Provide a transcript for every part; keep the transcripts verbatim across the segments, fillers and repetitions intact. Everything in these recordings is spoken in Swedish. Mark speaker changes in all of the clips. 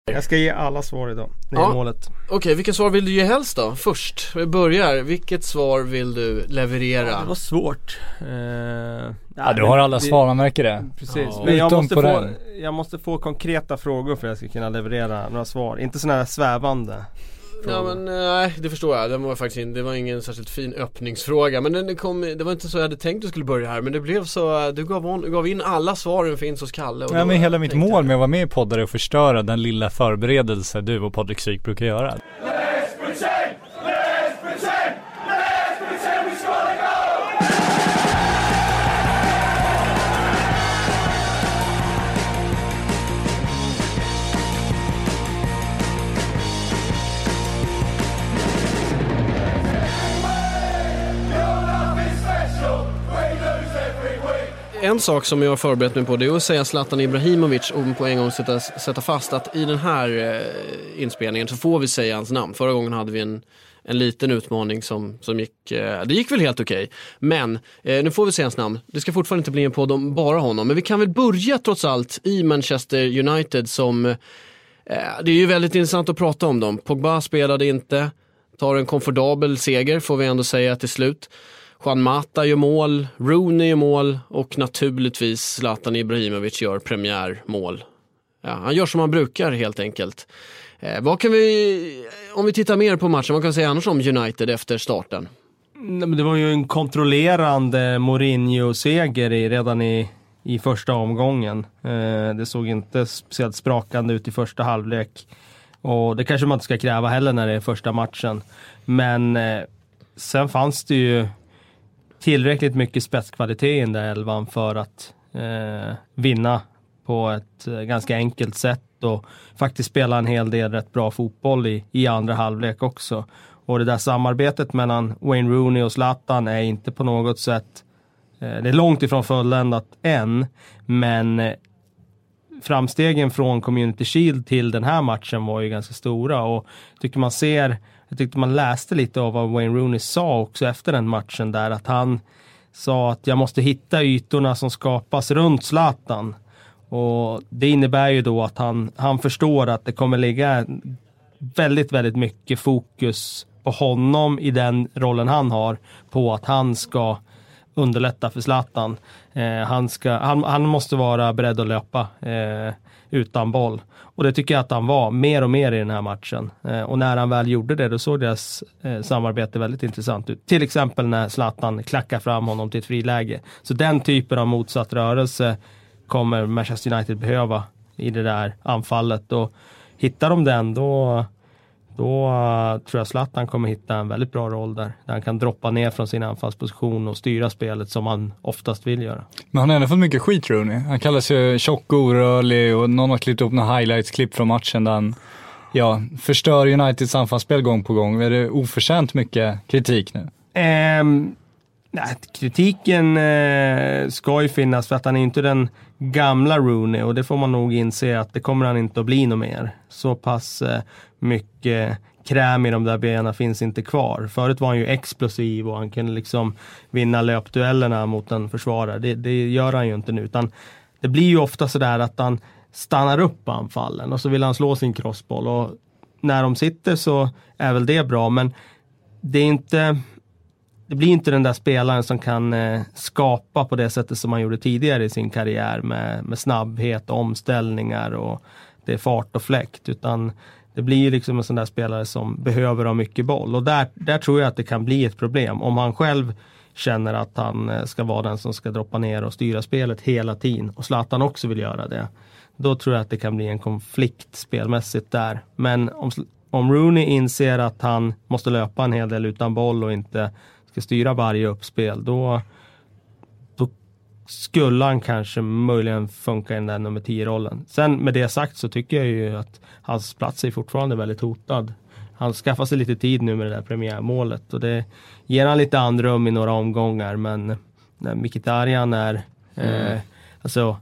Speaker 1: Jag ska ge alla svar idag. Det är ja. målet.
Speaker 2: Okej, okay, vilka svar vill du ge helst då? Först, vi börjar. Vilket svar vill du leverera?
Speaker 1: Ja, det var svårt. Uh,
Speaker 3: ja, ja, du har alla det, svar, man märker det.
Speaker 1: Precis. Ja. Men jag måste, få, jag måste få konkreta frågor för att jag ska kunna leverera några svar. Inte sådana här svävande.
Speaker 2: Ja, men nej, det förstår jag. Det var faktiskt in, det var ingen särskilt fin öppningsfråga, men det, kom, det var inte så jag hade tänkt att du skulle börja här, men det blev så, du gav, on, gav in alla svaren finns hos Kalle. Och
Speaker 3: ja, men hela mitt mål med att vara med i poddar är att förstöra den lilla förberedelse du och Patrik Syk brukar göra.
Speaker 2: En sak som jag har förberett mig på, det är att säga Zlatan Ibrahimovic och på en gång sätta, sätta fast att i den här eh, inspelningen så får vi säga hans namn. Förra gången hade vi en, en liten utmaning som, som gick, eh, det gick väl helt okej. Men eh, nu får vi säga hans namn. Det ska fortfarande inte bli en podd om bara honom. Men vi kan väl börja trots allt i Manchester United som, eh, det är ju väldigt intressant att prata om dem. Pogba spelade inte, tar en komfortabel seger får vi ändå säga till slut. Juan Mata gör mål, Rooney gör mål och naturligtvis Zlatan Ibrahimovic gör premiärmål. Ja, han gör som han brukar helt enkelt. Eh, vad kan vi, om vi tittar mer på matchen, vad kan vi säga annars om United efter starten?
Speaker 1: Nej, men det var ju en kontrollerande Mourinho-seger i, redan i, i första omgången. Eh, det såg inte speciellt sprakande ut i första halvlek. Och det kanske man inte ska kräva heller när det är första matchen. Men eh, sen fanns det ju tillräckligt mycket spetskvalitet i den där elvan för att eh, vinna på ett eh, ganska enkelt sätt och faktiskt spela en hel del rätt bra fotboll i, i andra halvlek också. Och det där samarbetet mellan Wayne Rooney och Zlatan är inte på något sätt, eh, det är långt ifrån fulländat än, men eh, framstegen från Community Shield till den här matchen var ju ganska stora och tycker man ser, jag tyckte man läste lite av vad Wayne Rooney sa också efter den matchen där, att han sa att jag måste hitta ytorna som skapas runt Zlatan. Och det innebär ju då att han, han förstår att det kommer ligga väldigt, väldigt mycket fokus på honom i den rollen han har, på att han ska underlätta för Zlatan. Eh, han, ska, han, han måste vara beredd att löpa eh, utan boll. Och det tycker jag att han var mer och mer i den här matchen. Eh, och när han väl gjorde det, då såg deras eh, samarbete väldigt intressant ut. Till exempel när Zlatan klackar fram honom till ett friläge. Så den typen av motsatt rörelse kommer Manchester United behöva i det där anfallet. Och hittar de den, då... Då uh, tror jag Zlatan kommer hitta en väldigt bra roll där. Där han kan droppa ner från sin anfallsposition och styra spelet som han oftast vill göra.
Speaker 3: Men han har ändå fått mycket skit, Rooney. Han kallar sig tjock och orörlig och någon har klippt upp några highlights-klipp från matchen där han ja, förstör Uniteds anfallsspel gång på gång. Är det oförtjänt mycket kritik nu?
Speaker 1: Um, nej, kritiken uh, ska ju finnas för att han är inte den gamla Rooney och det får man nog inse att det kommer han inte att bli något mer. Så pass uh, mycket kräm i de där benen finns inte kvar. Förut var han ju explosiv och han kunde liksom vinna löpduellerna mot en försvarare. Det, det gör han ju inte nu, utan det blir ju ofta sådär att han stannar upp på anfallen och så vill han slå sin crossboll och när de sitter så är väl det bra, men det är inte det blir inte den där spelaren som kan eh, skapa på det sättet som han gjorde tidigare i sin karriär med, med snabbhet och omställningar och det är fart och fläkt, utan det blir ju liksom en sån där spelare som behöver ha mycket boll. Och där, där tror jag att det kan bli ett problem. Om han själv känner att han ska vara den som ska droppa ner och styra spelet hela tiden. Och Zlatan också vill göra det. Då tror jag att det kan bli en konflikt spelmässigt där. Men om, om Rooney inser att han måste löpa en hel del utan boll och inte ska styra varje uppspel. Då, då skulle han kanske möjligen funka i den där nummer tio-rollen. Sen med det sagt så tycker jag ju att hans plats är fortfarande väldigt hotad. Han skaffar sig lite tid nu med det där premiärmålet och det ger han lite andrum i några omgångar, men när Mkhitaryan är mm. eh, alltså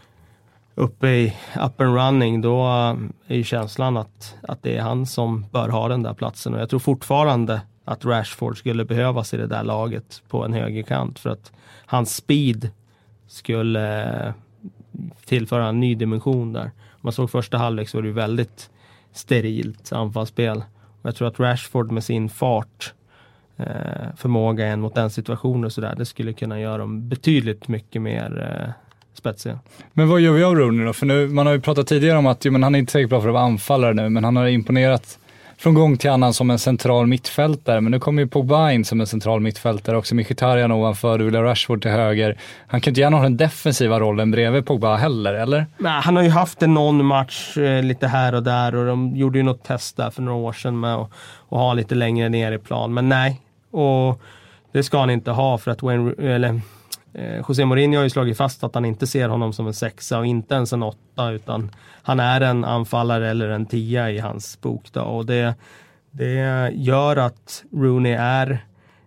Speaker 1: uppe i up and running, då är ju känslan att, att det är han som bör ha den där platsen och jag tror fortfarande att Rashford skulle behövas i det där laget på en högerkant för att hans speed skulle tillföra en ny dimension där. Man såg första halvlek så var det ju väldigt sterilt anfallsspel. Och jag tror att Rashford med sin fart, eh, förmåga en mot den situationen och sådär, det skulle kunna göra dem betydligt mycket mer eh, spetsiga.
Speaker 3: Men vad gör vi av Rooney då? För nu, man har ju pratat tidigare om att jo, men han är inte säkert bra för att vara anfallare nu, men han har imponerat från gång till annan som en central mittfältare. Men nu kommer ju Pogba in som en central mittfältare också. Mkhitaryan ovanför, du vill ha Rashford till höger. Han kan inte gärna ha den defensiva rollen bredvid Pogba heller, eller?
Speaker 1: Nej, han har ju haft en någon match eh, lite här och där, och de gjorde ju något test där för några år sedan med att, att ha lite längre ner i plan. Men nej, och det ska han inte ha, för att Wayne, eller, eh, José Mourinho har ju slagit fast att han inte ser honom som en sexa och inte ens en åtta, utan han är en anfallare eller en tia i hans bok då. Och det, det gör att Rooney är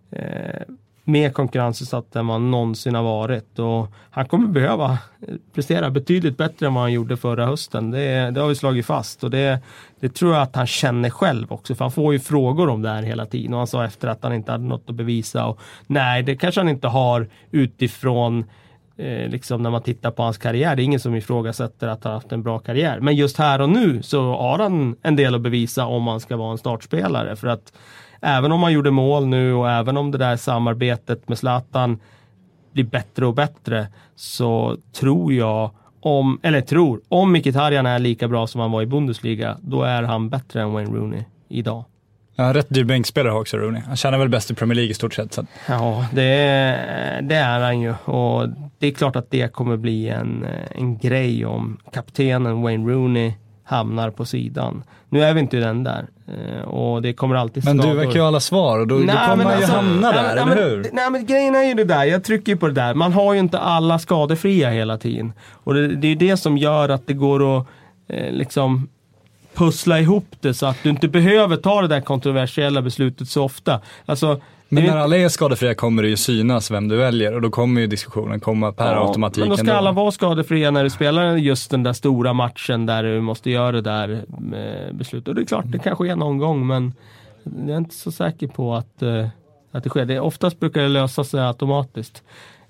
Speaker 1: eh, mer konkurrensutsatt än vad han någonsin har varit, och han kommer behöva prestera betydligt bättre än vad han gjorde förra hösten. Det, det har vi slagit fast, och det, det tror jag att han känner själv också, för han får ju frågor om det här hela tiden, och han sa efter att han inte hade något att bevisa, och nej, det kanske han inte har utifrån eh, liksom när man tittar på hans karriär. Det är ingen som ifrågasätter att han har haft en bra karriär, men just här och nu så har han en del att bevisa om han ska vara en startspelare, för att även om han gjorde mål nu och även om det där samarbetet med Zlatan blir bättre och bättre, så tror jag om, eller tror, om Mkhitaryan är lika bra som han var i Bundesliga, då är han bättre än Wayne Rooney idag.
Speaker 3: Ja, rätt dyr bänkspelare också Rooney. Han tjänar väl bäst i Premier League i stort sett. Så.
Speaker 1: Ja, det, det är han ju, och det är klart att det kommer bli en, en grej om kaptenen Wayne Rooney hamnar på sidan. Nu är vi inte den där. Och det kommer alltid
Speaker 3: men
Speaker 1: skador.
Speaker 3: Du verkar ju alla svar, och då,
Speaker 1: nej,
Speaker 3: då kommer man ju
Speaker 1: alltså,
Speaker 3: hamna där,
Speaker 1: nej,
Speaker 3: eller
Speaker 1: men,
Speaker 3: hur?
Speaker 1: Nej, men grejen är ju det där. Jag trycker ju på det där. Man har ju inte alla skadefria hela tiden. Och det, det är ju det som gör att det går att eh, liksom pussla ihop det, så att du inte behöver ta det där kontroversiella beslutet så ofta. Alltså,
Speaker 3: men när
Speaker 1: inte...
Speaker 3: alla är skadefria kommer det ju synas vem du väljer, och då kommer ju diskussionen komma per
Speaker 1: ja,
Speaker 3: automatik.
Speaker 1: Men då ska
Speaker 3: ändå.
Speaker 1: alla vara skadefria när du spelar just den där stora matchen där du måste göra det där beslutet. Och det är klart, det kan ske någon gång, men jag är inte så säker på att, uh, att det sker. Det, oftast brukar det lösa sig automatiskt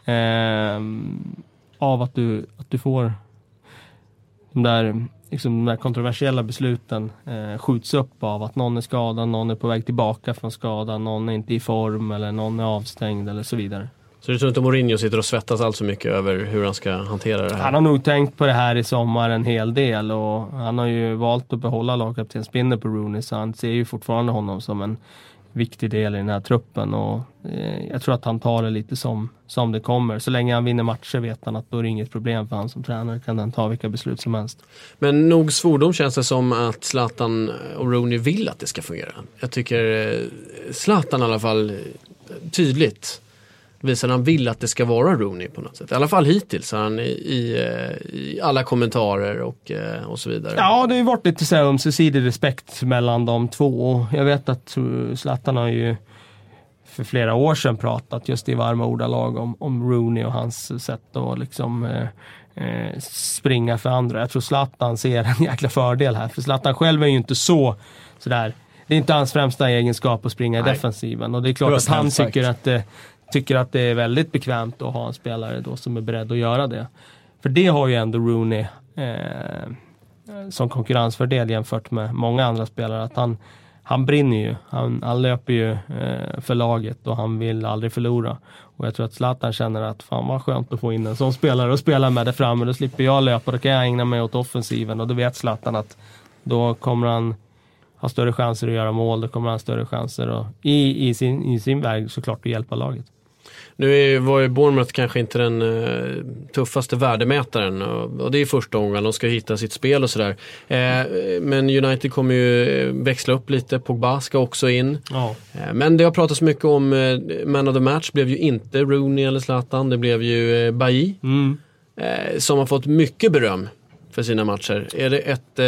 Speaker 1: uh, av att du, att du får de där, liksom, de där kontroversiella besluten uh, skjuts upp av att någon är skadad, någon är på väg tillbaka från skadan, någon är inte i form eller någon är avstängd eller så vidare.
Speaker 2: Så du tror inte Mourinho sitter och svettas allt så mycket över hur han ska hantera det här?
Speaker 1: Han har nog tänkt på det här i sommar en hel del, och han har ju valt att behålla lagkaptenspinnet på Rooney, så han ser ju fortfarande honom som en viktig del i den här truppen, och eh, jag tror att han tar det lite som, som det kommer. Så länge han vinner matcher vet han att då är det inget problem för han som tränare, kan han ta vilka beslut som helst.
Speaker 2: Men nog svordom känns det som att Zlatan och Rooney vill att det ska fungera. Jag tycker eh, Zlatan i alla fall tydligt visar han vill att det ska vara Rooney på något sätt. I alla fall hittills har han i, i, i alla kommentarer och, och så vidare.
Speaker 1: Ja, det har ju varit lite så här ömsesidig respekt mellan de två. Jag vet att Zlatan har ju för flera år sedan pratat just i varma ordalag om, om Rooney och hans sätt att liksom eh, springa för andra. Jag tror Zlatan ser en jäkla fördel här. För Zlatan själv är ju inte så sådär. Det är inte hans främsta egenskap att springa i
Speaker 2: Nej.
Speaker 1: defensiven. Och det är klart att han tycker att det tycker att det är väldigt bekvämt att ha en spelare då som är beredd att göra det. För det har ju ändå Rooney eh, som konkurrensfördel jämfört med många andra spelare, att han, han brinner ju. Han, han löper ju eh, för laget och han vill aldrig förlora. Och jag tror att Zlatan känner att fan vad skönt att få in en sån spelare och spela med det framme. Då slipper jag löpa, då kan jag ägna mig åt offensiven. Och då vet Zlatan att då kommer han ha större chanser att göra mål, då kommer han ha större chanser och i, i, sin, i sin väg såklart att hjälpa laget.
Speaker 2: Nu är, var ju Bournemouth kanske inte den uh, tuffaste värdemätaren och, och det är första gången de ska hitta sitt spel och sådär. Eh, men United kommer ju växla upp lite, Pogba ska också in.
Speaker 1: Ja.
Speaker 2: Eh, men det har pratats mycket om eh, Man of the Match blev ju inte Rooney eller Zlatan, det blev ju eh, Bailly
Speaker 1: Mm.
Speaker 2: eh, som har fått mycket beröm för sina matcher. Är det ett,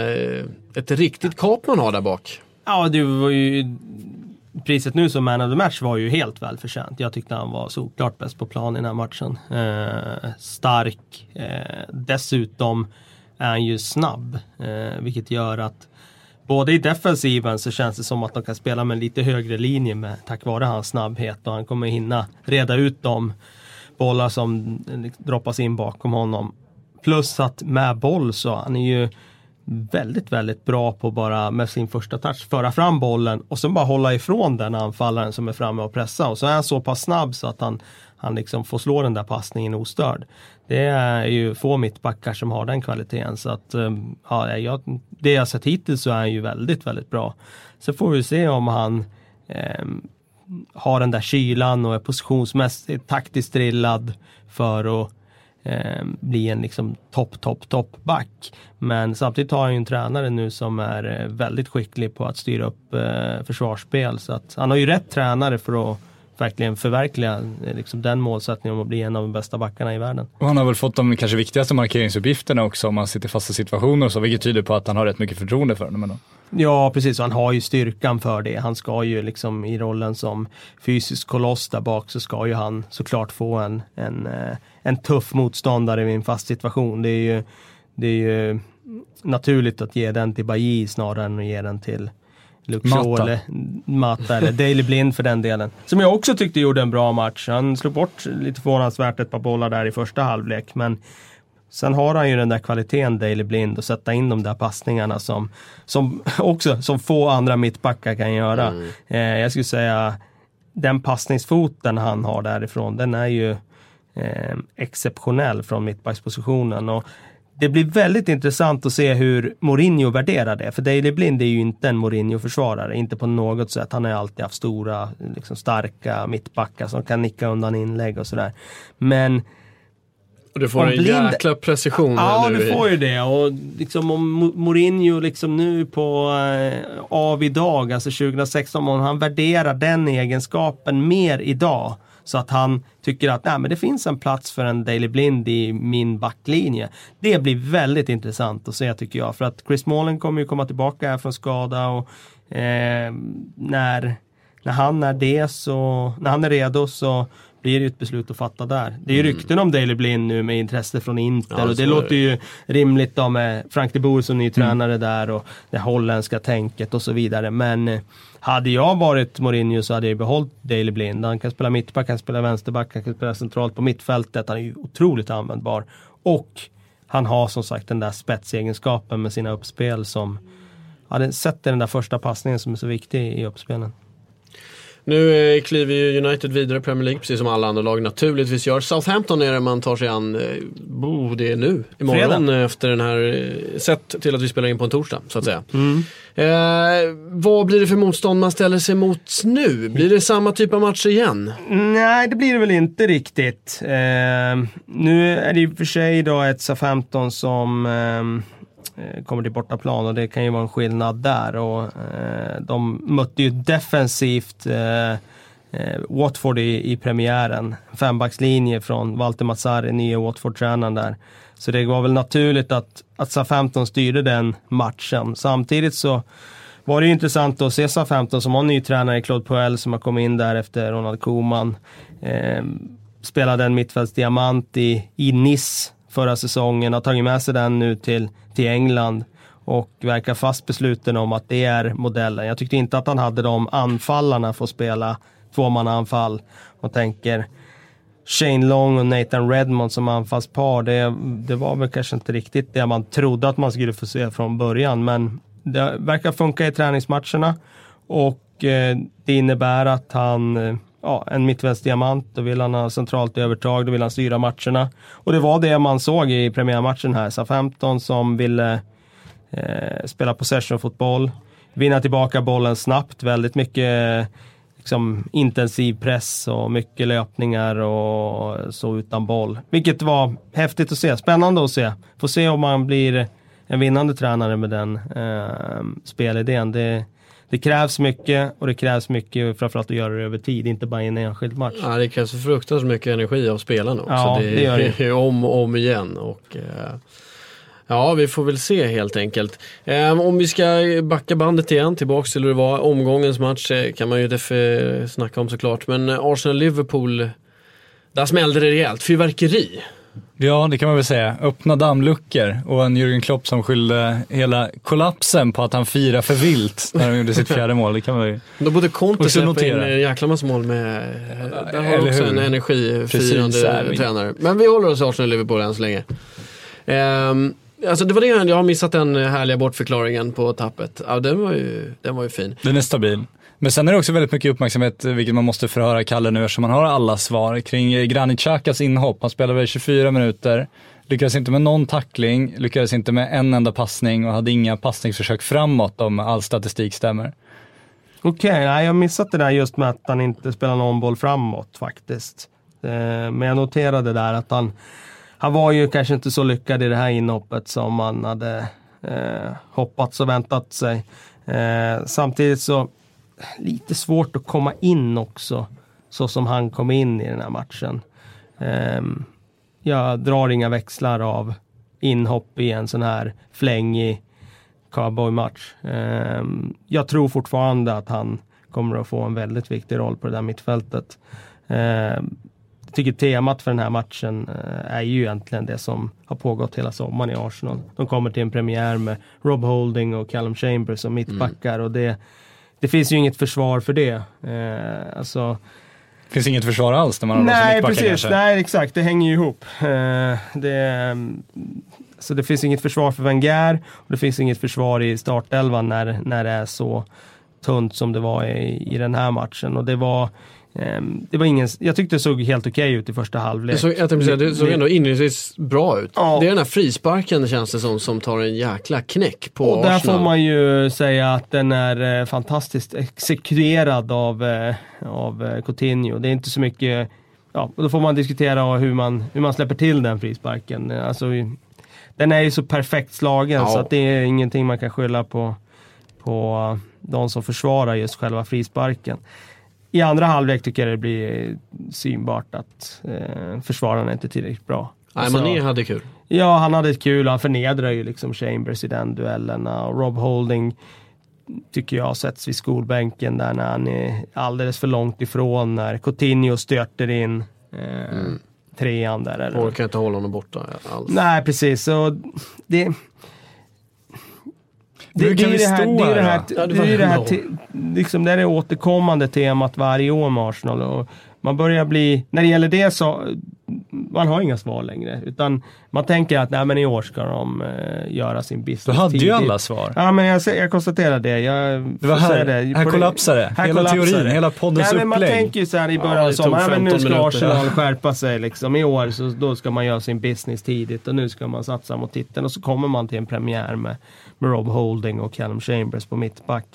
Speaker 2: eh, ett riktigt kap man har där bak?
Speaker 1: Ja, det var ju priset nu som Man of the Match var ju helt välförtjänt. Jag tyckte han var såklart bäst på plan i den här matchen. Eh, stark. Eh, dessutom är han ju snabb. Eh, vilket gör att både i defensiven så känns det som att de kan spela med en lite högre linje med, tack vare hans snabbhet. Och han kommer hinna reda ut de bollar som droppas in bakom honom. Plus att med boll så han är ju väldigt, väldigt bra på bara med sin första touch föra fram bollen och sen bara hålla ifrån den anfallaren som är framme och pressa. Och så är han så pass snabb så att han, han liksom får slå den där passningen ostörd. Det är ju få mittbackar som har den kvaliteten. Så att, ja, jag, det jag sett hittills så är han ju väldigt, väldigt bra. Så får vi se om han eh, har den där kylan och är positionsmässigt taktiskt drillad för att eh, bli en liksom topp, topp, topp back. Men samtidigt har han ju en tränare nu som är väldigt skicklig på att styra upp eh, försvarsspel. Så att han har ju rätt tränare för att verkligen förverkliga liksom den målsättningen om att bli en av de bästa backarna i världen.
Speaker 3: Och han har väl fått de kanske viktigaste markeringsuppgifterna också om man sitter i fasta situationer och så, vilket tyder på att han har rätt mycket förtroende för dem.
Speaker 1: Ja, precis. Han har ju styrkan för det. Han ska ju liksom i rollen som fysisk koloss där bak så ska ju han såklart få en, en, en tuff motståndare i en fast situation. Det är ju, det är ju naturligt att ge den till Bailly snarare än att ge den till Luke Shaw eller Mata eller Daley Blind för den delen. Som jag också tyckte gjorde en bra match. Han slog bort lite förvånansvärt ett par bollar där i första halvlek. Men sen har han ju den där kvaliteten Daley Blind och sätta in de där passningarna som, som också som få andra mittbackar kan göra. Mm. Eh, jag skulle säga den passningsfoten han har därifrån, den är ju eh, exceptionell från mittbackspositionen. Och det blir väldigt intressant att se hur Mourinho värderar det. För Daley Blind är ju inte en Mourinho-försvarare. Inte på något sätt. Han har alltid haft stora, liksom starka mittbackar som kan nicka undan inlägg och sådär. Men
Speaker 2: och du får en Blind, jäkla precision.
Speaker 1: Ja,
Speaker 2: nu
Speaker 1: du får ju det. Och liksom om Mourinho liksom nu på eh, av idag, alltså tjugohundrasexton, om han värderar den egenskapen mer idag. Så att han tycker att nej, men det finns en plats för en Daley Blind i min backlinje. Det blir väldigt intressant att se tycker jag. För att Chris Smalling kommer ju komma tillbaka här från skada. Och eh, när, när han är det så, när han är redo så blir det ett beslut att fatta där. Det är ju rykten om Daley Blind nu med intresse från Inter. Ja, och det låter ju rimligt då med Frank de Boer som ny tränare mm. där och det holländska tänket och så vidare. Men hade jag varit Mourinho så hade jag behållit Daley Blind. Han kan spela mittback, han kan spela vänsterback, han kan spela centralt på mittfältet. Han är ju otroligt användbar. Och han har som sagt den där spetsegenskapen med sina uppspel som hade sett den där första passningen som är så viktig i uppspelen.
Speaker 2: Nu eh, kliver ju United vidare i Premier League, precis som alla andra lag naturligtvis gör. Southampton är det man tar sig an, eh, oh, det är nu, imorgon Fredag. Efter den här, eh, sett till att vi spelar in på en torsdag, så att säga. Mm. Eh, vad blir det för motstånd man ställer sig mot nu? Blir det samma typ av match igen?
Speaker 1: Nej, det blir det väl inte riktigt. Eh, nu är det ju för sig då ett Southampton som Eh, kommer till bortaplan och det kan ju vara en skillnad där och eh, de mötte ju defensivt eh, eh, Watford i, i premiären, fembackslinje från Walter Mazzarri, nya Watford-tränaren där, så det var väl naturligt att, att Southampton styrde den matchen. Samtidigt så var det ju intressant att se Southampton som har en ny tränare i Claude Puel som har kommit in där efter Ronald Koeman, eh, spelade en mittfältsdiamant i, i Nice förra säsongen, har tagit med sig den nu till, till England och verkar fast besluten om att det är modellen. Jag tyckte inte att han hade de anfallarna för att spela tvåmannaanfall och tänker Shane Long och Nathan Redmond som anfallspar, det, det var väl kanske inte riktigt det man trodde att man skulle få se från början, men det verkar funka i träningsmatcherna och eh, det innebär att han eh, ja, en mittvänstdiamant, då vill han ha centralt övertag, då vill han styra matcherna. Och det var det man såg i premiärmatchen här. Southampton som ville eh, spela possession-fotboll, vinna tillbaka bollen snabbt, väldigt mycket liksom, intensiv press och mycket löpningar och så utan boll. Vilket var häftigt att se, spännande att se. Får se om man blir en vinnande tränare med den eh, spelidén. Det Det krävs mycket och det krävs mycket framförallt att göra det över tid, inte bara i en enskild match.
Speaker 2: Ja, det krävs fruktansvärt mycket energi av spelarna också.
Speaker 1: Ja, det, det gör det.
Speaker 2: är om och om igen. Och, eh, ja, vi får väl se helt enkelt. Eh, om vi ska backa bandet igen tillbaka till hur det var omgångens match eh, kan man ju def- snacka om såklart. Men Arsenal-Liverpool, där smällde det rejält. Fyrverkeri.
Speaker 3: Ja, det kan man väl säga. Öppna dammluckor och en Jürgen Klopp som skyllde hela kollapsen på att han firar för vilt när de gjorde sitt fjärde mål. Det kan man ju
Speaker 2: Då borde Conte släppa in en jäkla massa mål med. Där har Eller också hur? En energifirande tränare. Men vi håller oss i Arsenal Liverpool än så länge. Um, Alltså det var det jag har missat, den härliga bortförklaringen på tappet. Ja, den var ju, den var ju fin.
Speaker 3: Den är stabil. Men sen är det också väldigt mycket uppmärksamhet, vilket man måste förhöra Kalle nu, eftersom man har alla svar kring Granit Xhakas inhopp. Han spelade väl tjugofyra minuter, lyckades inte med någon tackling, lyckades inte med en enda passning och hade inga passningsförsök framåt om all statistik stämmer.
Speaker 1: Okej, okay, jag har missat det där just med att han inte spelar någon boll framåt faktiskt. Eh, men jag noterade där att han, han var ju kanske inte så lyckad i det här inhoppet som man hade eh, hoppats och väntat sig. Eh, samtidigt så lite svårt att komma in också så som han kom in i den här matchen. Eh, jag drar inga växlar av inhopp i en sån här flängig cowboy-match. Eh, jag tror fortfarande att han kommer att få en väldigt viktig roll på det där mittfältet. Eh, jag tycker temat för den här matchen eh, är ju egentligen det som har pågått hela sommaren i Arsenal. De kommer till en premiär med Rob Holding och Callum Chambers som mittbackar mm. och det, det finns ju inget försvar för det. Eh, alltså
Speaker 3: Det finns inget försvar alls när man har
Speaker 1: Nej,
Speaker 3: mittbackar
Speaker 1: precis.
Speaker 3: kanske.
Speaker 1: Nej, exakt. Det hänger ju ihop. Eh, det, så det finns inget försvar för Wenger och det finns inget försvar i startelvan när, när det är så tunt som det var i, i den här matchen. Och det var, eh, det var ingen, jag tyckte det såg helt okej ut i första halvlek.
Speaker 2: Det såg, jag tänkte säga, det såg ändå inledningsvis bra ut.
Speaker 1: Ja.
Speaker 2: Det är den här frisparken, det känns det som, som tar en jäkla knäck på
Speaker 1: och där
Speaker 2: Arsenal.
Speaker 1: får man ju säga att den är eh, fantastiskt exekverad av, eh, av eh, Coutinho. Det är inte så mycket, ja, då får man diskutera hur man, hur man släpper till den frisparken. Alltså, den är ju så perfekt slagen ja. Så att det är ingenting man kan skylla på, på de som försvarar just själva frisparken. I andra halvlek tycker jag det blir synbart att eh, försvararna inte är tillräckligt bra.
Speaker 2: Nej, Mané hade kul.
Speaker 1: Ja, han hade kul. Han förnedrar ju liksom Chambers i den duellen. Och Rob Holding tycker jag sätts vid skolbänken där när han är alldeles för långt ifrån. När Coutinho stöter in eh, mm. trean där. Eller?
Speaker 2: Och kan inte hålla honom borta alls.
Speaker 1: Nej, precis. Så det... Det,
Speaker 3: det,
Speaker 1: det, är det, här, det är det här,
Speaker 2: ja, det,
Speaker 1: det är det här te, liksom det är det återkommande temat varje år med Arsenal och man börjar bli, när det gäller det så man har inga svar längre utan man tänker att nej men i år ska de uh, göra sin business.
Speaker 3: Du hade
Speaker 1: tidigt.
Speaker 3: ju alla svar.
Speaker 1: Ja men jag, jag konstaterar det. Jag
Speaker 3: det var här, det. här kollapsar det. Hela kollapsar teorin, det. hela poddens upplägg.
Speaker 1: Man tänker ju så här i början ja, av sommaren, men nu ska Arsenal skärpa sig liksom. I år så då ska man göra sin business tidigt och nu ska man satsa mot titeln och så kommer man till en premiär med, med Rob Holding och Callum Chambers på mittback.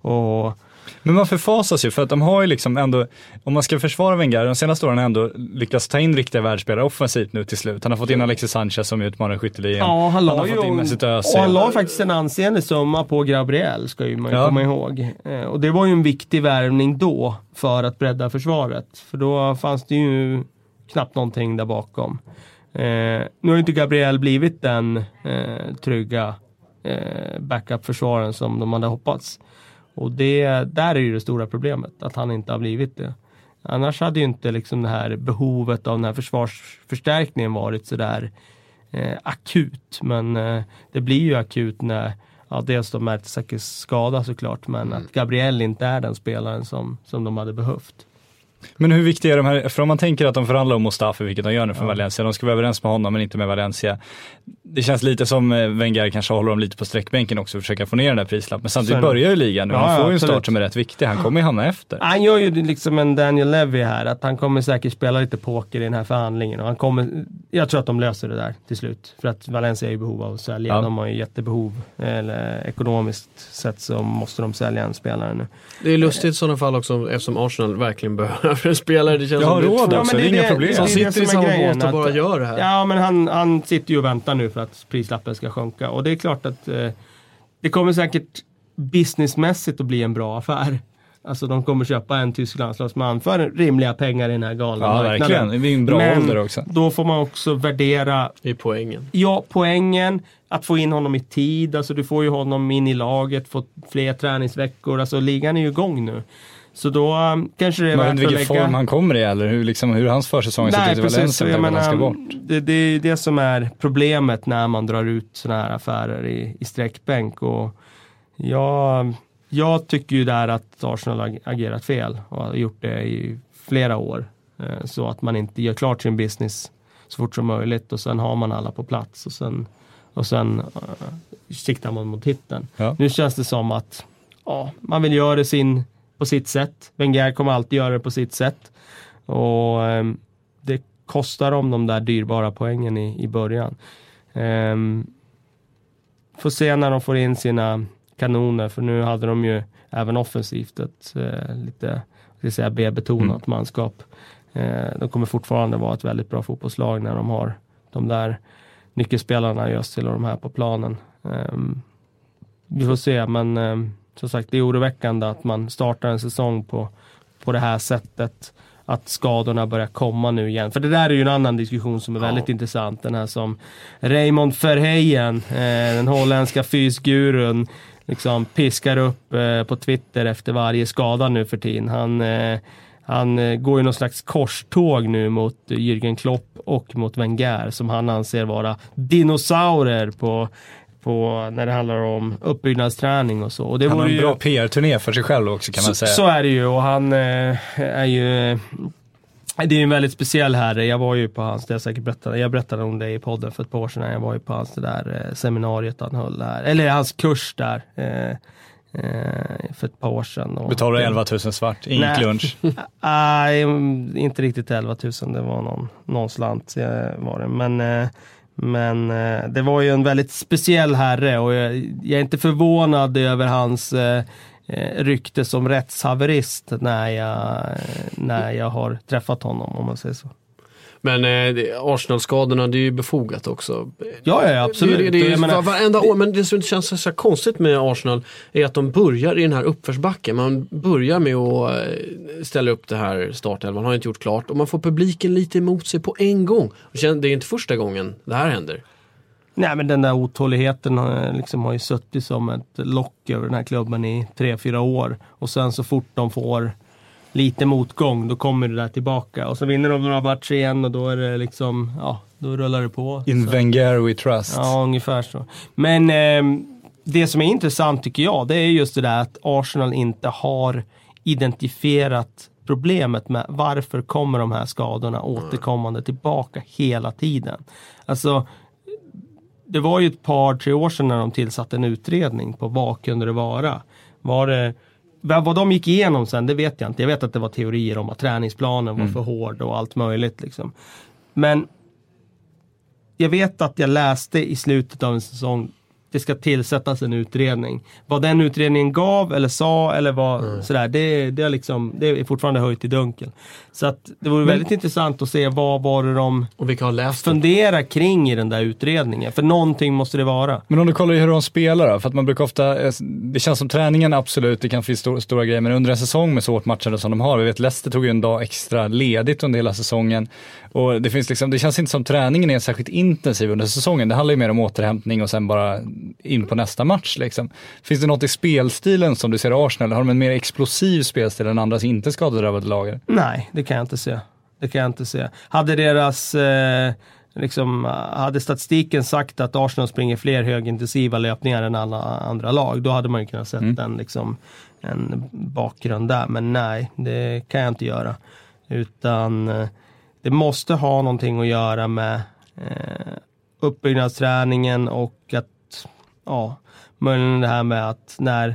Speaker 1: Och
Speaker 3: men man förfasas ju för att de har ju liksom ändå, om man ska försvara Wenger, de senaste åren har ändå lyckats ta in riktiga världsspelare offensivt nu till slut. Han har fått in Alexis Sanchez som utmanar skytteligan.
Speaker 1: Ja, han,
Speaker 3: han har fått in Mesut Özil.
Speaker 1: Och han la faktiskt en ansenlig summa på Gabriel, ska ju man ja. komma ihåg. Eh, och det var ju en viktig värvning då för att bredda försvaret. För då fanns det ju knappt någonting där bakom. Eh, nu har inte Gabriel blivit den eh, trygga eh, backup-försvaren som de hade hoppats. Och det, där är ju det stora problemet, att han inte har blivit det. Annars hade ju inte liksom det här behovet av den här försvarsförstärkningen varit så där eh, akut. Men eh, det blir ju akut när, ja, dels de Mertesackers skada såklart, men mm. att Gabriel inte är den spelaren som, som de hade behövt.
Speaker 3: Men hur viktiga är de här, för om man tänker att de förhandlar om Mustafi, vilket de gör nu för ja. Valencia, de ska vara överens med honom men inte med Valencia. Det känns lite som Wenger kanske håller dem lite på sträckbänken också och försöka få ner den där prislappen. Men samtidigt Sen, börjar ju ligan nu, ja, han får ju en start som är rätt viktig, han kommer ju hamna efter.
Speaker 1: Han gör ju liksom en Daniel Levy här, att han kommer säkert spela lite poker i den här förhandlingen och han kommer, jag tror att de löser det där till slut. För att Valencia är i behov av att sälja, ja. de har ju jättebehov, eller ekonomiskt sett så måste de sälja en spelare nu.
Speaker 2: Det är lustigt i sådana fall också eftersom Arsenal verkligen behöver en spelare. Det känns
Speaker 3: jag har
Speaker 2: som
Speaker 3: råd också,
Speaker 1: ja,
Speaker 3: det är inga problem.
Speaker 2: Som det sitter i samma båt och bara gör det här.
Speaker 1: Ja, men han, han sitter ju och väntar nu för att prislappen ska sjunka. Och det är klart att eh, det kommer säkert businessmässigt att bli en bra affär. Alltså de kommer köpa en tysk landslagsman för rimliga pengar i den här galna
Speaker 3: ja,
Speaker 1: marknaden.
Speaker 3: Verkligen, det är en bra
Speaker 1: men
Speaker 3: ålder också.
Speaker 1: Då får man också värdera
Speaker 2: i poängen.
Speaker 1: Ja, poängen. Att få in honom i tid. Alltså du får ju honom in i laget, få fler träningsveckor. Alltså ligan är ju igång nu. Så då um, kanske det är
Speaker 3: man
Speaker 1: värt att lägga...
Speaker 3: vilken form han kommer i eller hur, liksom, hur hans försäsong ser ut i Valencia
Speaker 1: jag menar,
Speaker 3: han ska bort.
Speaker 1: Det, det är det som är problemet när man drar ut såna här affärer i, i sträckbänk. Och jag, jag tycker ju där att Arsenal har agerat fel och har gjort det i flera år. Eh, så att man inte gör klart sin business så fort som möjligt och sen har man alla på plats och sen och sen uh, siktar man mot titeln.
Speaker 3: Ja.
Speaker 1: Nu känns det som att ja, man vill göra det sin, på sitt sätt. Wenger kommer alltid göra det på sitt sätt. Och um, det kostar om de där dyrbara poängen i, i början. Um, får se när de får in sina kanoner, för nu hade de ju även offensivt ett uh, lite ska säga, B-betonat mm. manskap. Uh, de kommer fortfarande vara ett väldigt bra fotbollslag när de har de där nyckelspelarna just till de här på planen. Um, vi får se, men um, som sagt, det är oroväckande att man startar en säsong på, på det här sättet, att skadorna börjar komma nu igen. För det där är ju en annan diskussion som är väldigt ja. intressant. Den här som Raymond Verheyen, eh, den holländska fysgurun, liksom piskar upp eh, på Twitter efter varje skada nu för tiden. Han, eh, han eh, går ju någon slags korståg nu mot Jürgen Klopp och mot Wenger, som han anser vara dinosaurer på På, när det handlar om uppbyggnadsträning och så. Och det
Speaker 3: han har en
Speaker 1: ju,
Speaker 3: bra P R-turné för sig själv också, kan man
Speaker 1: så,
Speaker 3: säga.
Speaker 1: Så är det ju, och han eh, är ju det är en väldigt speciell herre. Jag var ju på hans, det jag säkert berättade, jag berättade om det i podden för ett par år sedan. Jag var ju på hans det där eh, seminariet han höll där, eller hans kurs där eh, eh, för ett par år sedan. Och
Speaker 3: betalar elva tusen svart, ingen lunch?
Speaker 1: Nej, inte riktigt elva tusen, det var någon, någon slant var det, men eh, Men eh, det var ju en väldigt speciell herre, och jag, jag är inte förvånad över hans eh, rykte som rättshaverist när jag, när jag har träffat honom, om man säger så.
Speaker 2: Men eh, Arsenal-skadorna, det är ju befogat också.
Speaker 1: Ja, ja, absolut.
Speaker 2: Det, det, det är
Speaker 1: menar,
Speaker 2: varenda år, men det som känns så konstigt med Arsenal är att de börjar i den här uppförsbacken. Man börjar med att ställa upp det här startelvan, man har inte gjort klart, och man får publiken lite emot sig på en gång. Det är inte första gången det här händer.
Speaker 1: Nej, men den där otåligheten liksom har ju suttit som ett lock över den här klubben i tre, fyra år. Och sen så fort de får lite motgång, då kommer det där tillbaka. Och så vinner de några matcher igen, och då är det liksom, ja, då rullar det på.
Speaker 3: In så. Wenger we trust.
Speaker 1: Ja, ungefär så. Men eh, det som är intressant tycker jag, det är just det där att Arsenal inte har identifierat problemet med varför kommer de här skadorna återkommande tillbaka hela tiden. Alltså, det var ju ett par, tre år sedan när de tillsatte en utredning på vad kunde det vara. Var det, vad de gick igenom sen, det vet jag inte. Jag vet att det var teorier om att träningsplanen var mm. för hård och allt möjligt liksom. Men jag vet att jag läste i slutet av en säsong, det ska tillsättas en utredning. Vad den utredningen gav eller sa eller vad mm. sådär, det, det, är liksom, det är fortfarande höjt i dunkel. Så att det vore Men, väldigt intressant att se vad var det de
Speaker 2: och vi kan läsa
Speaker 1: fundera kring i den där utredningen. För någonting måste det vara.
Speaker 3: Men om du kollar hur de spelar då, för att man brukar ofta, det känns som träningen absolut, det kan finnas stor, stora grejer, men under en säsong med så hårt matchade som de har, vi vet Leicester tog ju en dag extra ledigt under hela säsongen, och det finns liksom, det känns inte som träningen är särskilt intensiv under säsongen. Det handlar ju mer om återhämtning och sen bara in på nästa match liksom. Finns det något i spelstilen som du ser i Arsenal? Har de en mer explosiv spelstil än andra som inte skadedrabbade lager?
Speaker 1: Nej, det kan jag inte se. Det kan jag inte se. Hade deras eh, liksom, hade statistiken sagt att Arsenal springer fler högintensiva löpningar än alla andra lag, då hade man ju kunnat sett mm. en, liksom, en bakgrund där. Men nej, det kan jag inte göra. Utan eh, det måste ha någonting att göra med eh, uppbyggnadsträningen och att ja, möjligen det här med att när,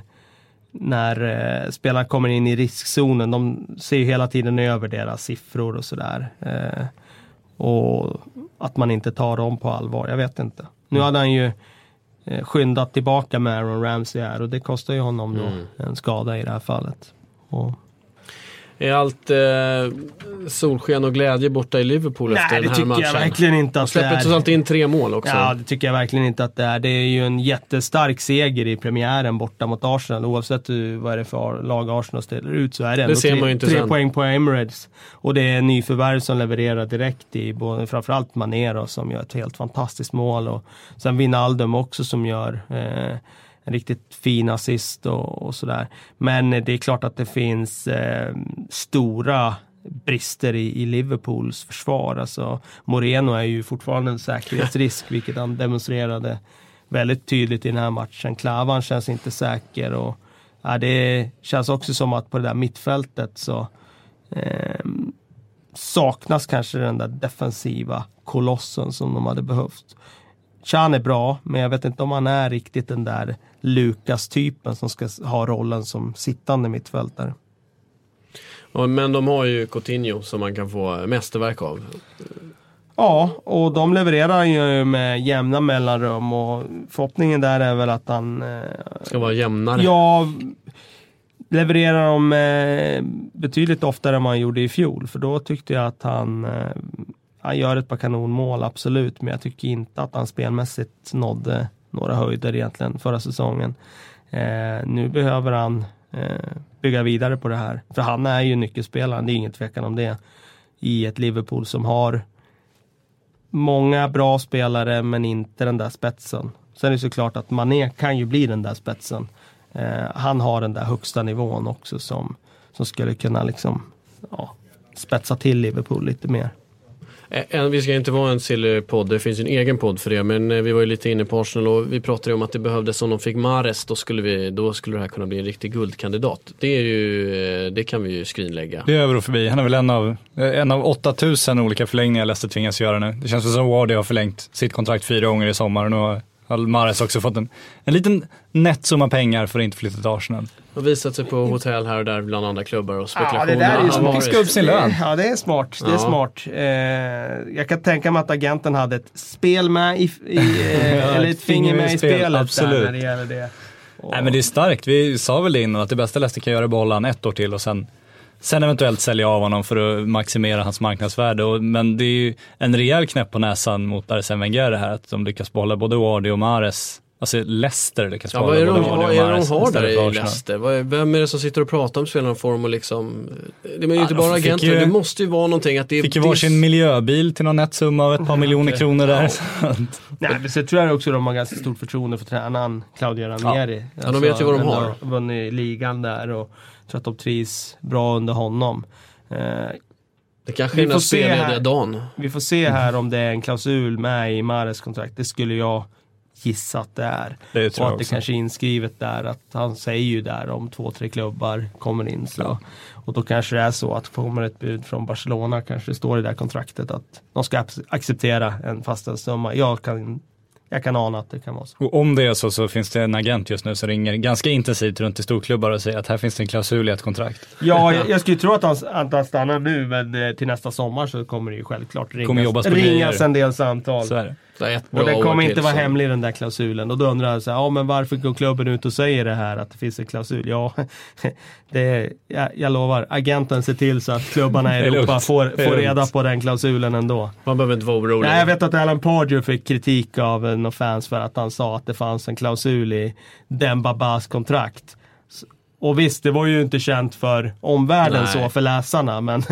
Speaker 1: när eh, spelarna kommer in i riskzonen, de ser ju hela tiden över deras siffror och sådär. Eh, och att man inte tar dem på allvar, jag vet inte. Nu hade han ju eh, skyndat tillbaka med Aaron Ramsey här, och det kostar ju honom då mm. en skada i det här fallet. Och
Speaker 2: är allt eh, solsken och glädje borta i Liverpool
Speaker 1: Nej,
Speaker 2: efter den här matchen?
Speaker 1: Nej, det tycker jag verkligen inte att
Speaker 2: släpper det är. Släpper alltid in tre mål också.
Speaker 1: Ja, det tycker jag verkligen inte att det är. Det är ju en jättestark seger i premiären borta mot Arsenal. Oavsett hur, vad är det för lag Arsenal ställer ut, så är det ändå
Speaker 2: det ser
Speaker 1: tre,
Speaker 2: man ju inte
Speaker 1: tre
Speaker 2: sen.
Speaker 1: poäng på Emirates. Och det är en nyförvärv som levererar direkt i både, framförallt Manero som gör ett helt fantastiskt mål. Och sen Wijnaldum också som gör Eh, en riktigt fin assist och, och sådär. Men det är klart att det finns eh, stora brister i, i Liverpools försvar. Alltså, Moreno är ju fortfarande en säkerhetsrisk, vilket han demonstrerade väldigt tydligt i den här matchen. Klavan känns inte säker, och ja, det känns också som att på det där mittfältet så eh, saknas kanske den där defensiva kolossen som de hade behövt. Chan är bra, men jag vet inte om han är riktigt den där Lukas-typen som ska ha rollen som sittande mittfältare.
Speaker 2: Ja, men de har ju Coutinho som man kan få mästerverk av.
Speaker 1: Ja, och de levererar ju med jämna mellanrum och förhoppningen där är väl att han eh,
Speaker 2: ska vara jämnare.
Speaker 1: Ja, levererar de eh, betydligt oftare än man gjorde i fjol, för då tyckte jag att han eh, han gör ett par kanonmål, absolut, men jag tycker inte att han spelmässigt nådde några höjder egentligen förra säsongen. Eh, nu behöver han eh, bygga vidare på det här, för han är ju nyckelspelaren, det är ingen tvekan om det, i ett Liverpool som har många bra spelare men inte den där spetsen. Sen är det såklart att Mané kan ju bli den där spetsen. Eh, han har den där högsta nivån också som, som skulle kunna liksom, ja, spetsa till Liverpool lite mer.
Speaker 2: En, vi ska inte vara en silly podd, det finns en egen podd för det, men vi var ju lite inne på Arsenal och vi pratade ju om att det behövdes, om de fick Mahrez, då skulle, vi, då skulle det här kunna bli en riktig guldkandidat. Det, är ju, det kan vi ju skrinlägga.
Speaker 3: Det är över och förbi. Han är väl en av, en av åttatusen olika förlängningar Leicester tvingas göra nu. Det känns som Wardy har förlängt sitt kontrakt fyra gånger i sommar och nu har Mahrez också fått en, en liten nettsumma pengar för att inte flytta till Arsenal.
Speaker 2: Och visat sig på hotell här och där bland andra klubbar och spekulationer.
Speaker 1: Ja, det där är ju smart.
Speaker 3: Fiska upp sin lön.
Speaker 1: Ja, det är smart. Det är
Speaker 2: ja.
Speaker 1: smart. Eh, jag kan tänka mig att agenten hade ett spel med i, i eh, eller ett finger med i spelet.
Speaker 3: Absolut.
Speaker 1: Där när det gäller det. Och...
Speaker 3: Nej, men det är starkt. Vi sa väl det innan att det bästa Leicester kan göra är att behålla han ett år till och sen, sen eventuellt sälja av honom för att maximera hans marknadsvärde. Och, men det är ju en rejäl knäpp på näsan mot Arsene Wenger det här, att de lyckas behålla både Wardy och Mahrez. Alltså Leicester lyckas behålla
Speaker 2: ja,
Speaker 3: både
Speaker 2: Wardy och Mahrez. Vad är det de har där i Leicester? Vem är det som sitter och pratar om spelarna form och liksom... Det är ju inte ja, bara agenter, ju, det måste ju vara någonting att det är...
Speaker 3: Fick ju varsin miljöbil till någon nettsumma av ett par miljoner kronor där.
Speaker 1: Ja. Nej, men så tror jag också att de har ganska stort förtroende för tränaren Claudio Ranieri. Ja,
Speaker 2: alltså, ja, de vet ju vad de har.
Speaker 1: Vunnit ligan där och tror att de trivs bra under honom. Eh,
Speaker 2: det kanske är den spelade dagen.
Speaker 1: Vi får se här om det är en klausul med i Mahrez kontrakt. Det skulle jag gissa att det är.
Speaker 3: Det
Speaker 1: och att det kanske är inskrivet där att han säger ju där om två, tre klubbar kommer in. Så. Ja. Och då kanske det är så att kommer ett bud från Barcelona, kanske det står i det där kontraktet att de ska acceptera en fastställd summa. Jag kan, jag kan ana att det kan vara så.
Speaker 3: Och om det är så, så finns det en agent just nu som ringer ganska intensivt runt i storklubbar och säger att här finns det en klausul i ett kontrakt.
Speaker 1: Ja, jag, jag skulle tro att han, att han stannar nu, men eh, till nästa sommar så kommer det ju självklart ringas, ringas en del samtal.
Speaker 3: Så är det.
Speaker 1: Och det kommer inte vara hemlig den där klausulen. Och då undrar jag så här, ja men varför går klubben ut och säger det här att det finns en klausul? Ja, det är, jag, jag lovar, agenten ser till så att klubbarna i Europa får, får reda på den klausulen ändå.
Speaker 2: Man behöver inte vara orolig.
Speaker 1: Nej, jag vet att Alan Pardew fick kritik av några fans för att han sa att det fanns en klausul i Dembabas kontrakt. Och visst, det var ju inte känt för omvärlden. Nej. Så för läsarna, men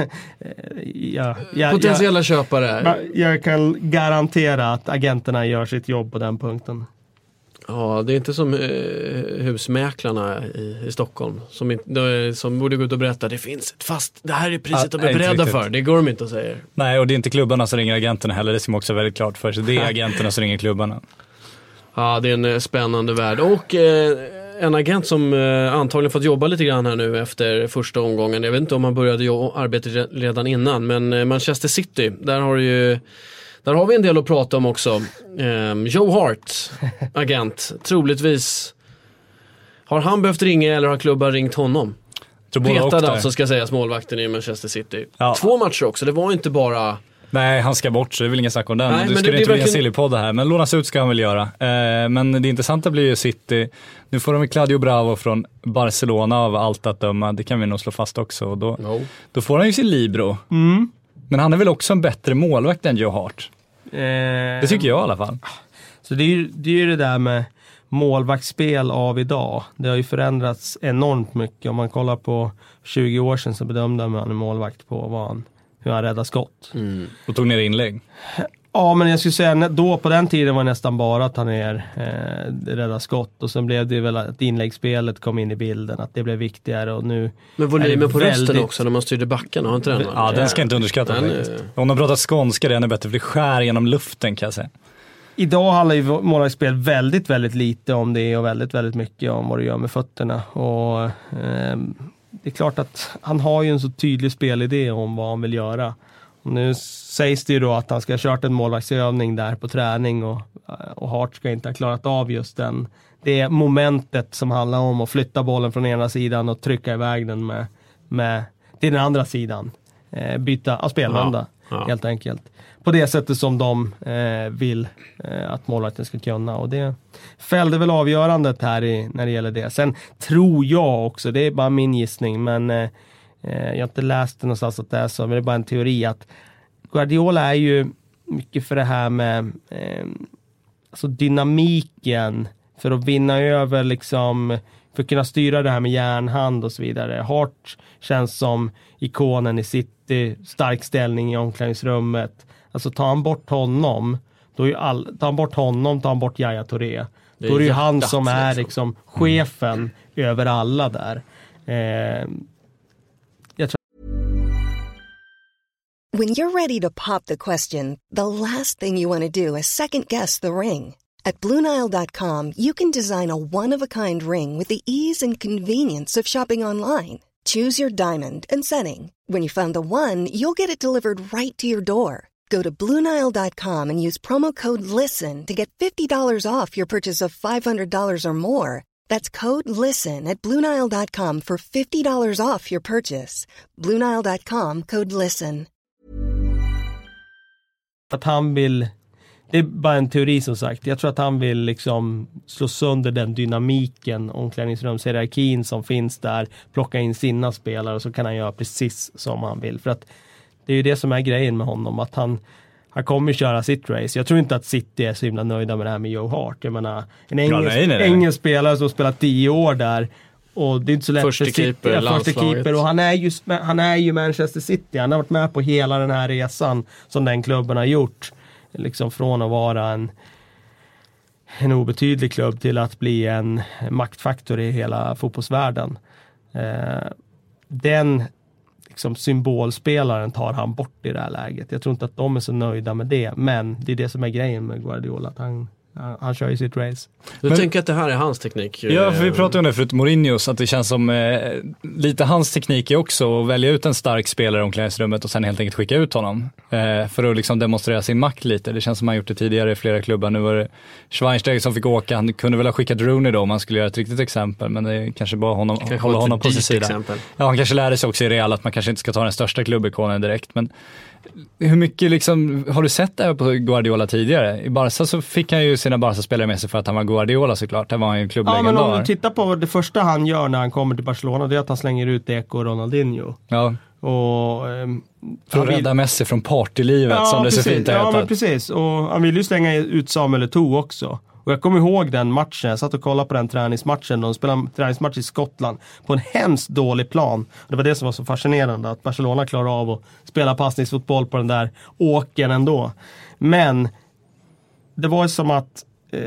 Speaker 1: ja, ja,
Speaker 2: potentiella
Speaker 1: jag,
Speaker 2: köpare.
Speaker 1: Jag kan garantera att agenterna gör sitt jobb på den punkten.
Speaker 2: Ja, det är inte som eh, husmäklarna i, i Stockholm som, inte, som borde gå ut och berätta det finns ett fast, det här är priset att bli beredda för. Det går de inte att säga.
Speaker 3: Nej, och det är inte klubbarna som ringer agenterna heller. Det ska man också väldigt klart för sig. Det är agenterna som ringer klubbarna.
Speaker 2: Ja, det är en spännande värld. Och eh, en agent som eh, antagligen fått jobba lite grann här nu efter första omgången. Jag vet inte om han började jo- arbeta redan innan, men eh, Manchester City, där har ju där har vi en del att prata om också. Eh, Joe Hart, agent, troligtvis har han behövt ringa eller har klubbar ringt honom? Petad alltså, ska sägas, målvakten i Manchester City. Ja. Två matcher också, det var inte bara...
Speaker 3: Nej, han ska bort så det är väl ingen snack om den. Nej, det skulle det, inte det bli verkligen... en sillypodd här, men lånas ut ska han väl göra. Eh, men det intressanta blir ju City. Nu får de Claudio Bravo från Barcelona av allt att döma. Det kan vi nog slå fast också. Och då, no. då får han ju sin Libro.
Speaker 1: Mm.
Speaker 3: Men han är väl också en bättre målvakt än Joe Hart. Eh... Det tycker jag i alla fall.
Speaker 1: Så det är ju det, är ju det där med målvaktsspel av idag. Det har ju förändrats enormt mycket. Om man kollar på tjugo år sedan så bedömde man en målvakt på vad han hur han räddade skott.
Speaker 3: Mm. Och tog ner inlägg.
Speaker 1: Ja, men jag skulle säga då på den tiden var det nästan bara att han ner eh, rädda skott. Och sen blev det väl att inläggsspelet kom in i bilden. Att det blev viktigare och nu...
Speaker 2: Men volymen på väldigt... rösten också när man styrde backarna, har inte den?
Speaker 3: Ja, den ska inte underskatta. Är... Om de pratar skånska, det är bättre för det skär genom luften kan jag säga.
Speaker 1: Idag handlar ju målvaktsspel väldigt, väldigt lite om det och väldigt, väldigt mycket om vad du gör med fötterna. Och... Eh, det är klart att han har ju en så tydlig spelidé om vad han vill göra. Och nu sägs det ju då att han ska ha kört en målvaktsövning där på träning och och Hart ska inte ha klarat av just den. Det momentet som handlar om att flytta bollen från ena sidan och trycka iväg den med, med till den andra sidan. Eh, byta av spelvända
Speaker 2: ja, ja.
Speaker 1: helt enkelt. På det sättet som de eh, vill eh, att målvakten ska kunna. Och det fällde väl avgörandet här i, när det gäller det. Sen tror jag också, det är bara min gissning, men eh, jag har inte läst det någonstans att det är så, men det är bara en teori att Guardiola är ju mycket för det här med eh, alltså dynamiken för att vinna över liksom, för att kunna styra det här med järnhand och så vidare. Hart känns som ikonen i City, stark ställning i omklädningsrummet. Alltså tar han bort honom, då är ju all, tar han bort honom, tar han bort Yaya Touré. Då är det ju han som är liksom chefen mm. över alla där. Eh,
Speaker 4: When you're ready to pop the question, the last thing you want to do is second guess the ring. At Blue Nile dot com, you can design a one-of-a-kind ring with the ease and convenience of shopping online. Choose your diamond and setting. When you find the one, you'll get it delivered right to your door. Go to Blue Nile dot com and use promo code LISTEN to get fifty dollars off your purchase of five hundred dollars or more. That's code LISTEN at Blue Nile dot com for fifty dollars off your purchase. Blue Nile dot com, code LISTEN.
Speaker 1: Att han vill, det är bara en teori som sagt, jag tror att han vill liksom slå sönder den dynamiken, omklädningsrumshierarkin som finns där, plocka in sina spelare och så kan han göra precis som han vill. För att det är ju det som är grejen med honom, att han, han kommer köra sitt race. Jag tror inte att City är så himla nöjda med det här med Joe Hart. Jag menar, en engelsk, ja, engelsk spelare som spelat tio år där och det är inte så lätt
Speaker 2: första
Speaker 1: för City,
Speaker 2: keeper,
Speaker 1: ja, första keeper och han är, ju, han är ju Manchester City. Han har varit med på hela den här resan som den klubben har gjort. Liksom från att vara en, en obetydlig klubb till att bli en maktfaktor i hela fotbollsvärlden. Eh, den liksom symbolspelaren tar han bort i det här läget. Jag tror inte att de är så nöjda med det, men det är det som är grejen med Guardiola, att han Han, han kör ju sitt race.
Speaker 2: Du men, tänker att det här är hans teknik?
Speaker 3: Ja, för vi pratade om det förut, Mourinho, så att det känns som eh, lite hans teknik är också att välja ut en stark spelare i omklädningsrummet och sen helt enkelt skicka ut honom. Eh, för att liksom demonstrera sin makt lite. Det känns som han gjort det tidigare i flera klubbar. Nu var det Schweinsteiger som fick åka. Han kunde väl ha skickat Rooney då om man skulle göra ett riktigt exempel. Men det är kanske bara honom, kanske hålla honom på sin sida. Exempel. Ja, han kanske lärde sig också i Real att man kanske inte ska ta den största klubbikonen direkt. Men hur mycket liksom, har du sett det här på Guardiola tidigare? I Barca så fick han ju sina Barca-spelare med sig för att han var Guardiola såklart. Det var han ju en klubblegendar.
Speaker 1: Ja, men om du tittar på det första han gör när han kommer till Barcelona, det är att han slänger ut Deco och Ronaldinho.
Speaker 3: Ja.
Speaker 1: Och, um,
Speaker 3: för att vill... rädda Messi från partylivet, ja, som det
Speaker 1: precis.
Speaker 3: så fint är.
Speaker 1: Ja, men precis. Och han vill ju slänga ut Samuel Eto'o också. Och jag kommer ihåg den matchen, jag satt och kollade på den träningsmatchen. De spelade en träningsmatch i Skottland på en hemskt dålig plan. Det var det som var så fascinerande, att Barcelona klarar av att spela passningsfotboll på den där åken ändå. Men det var som att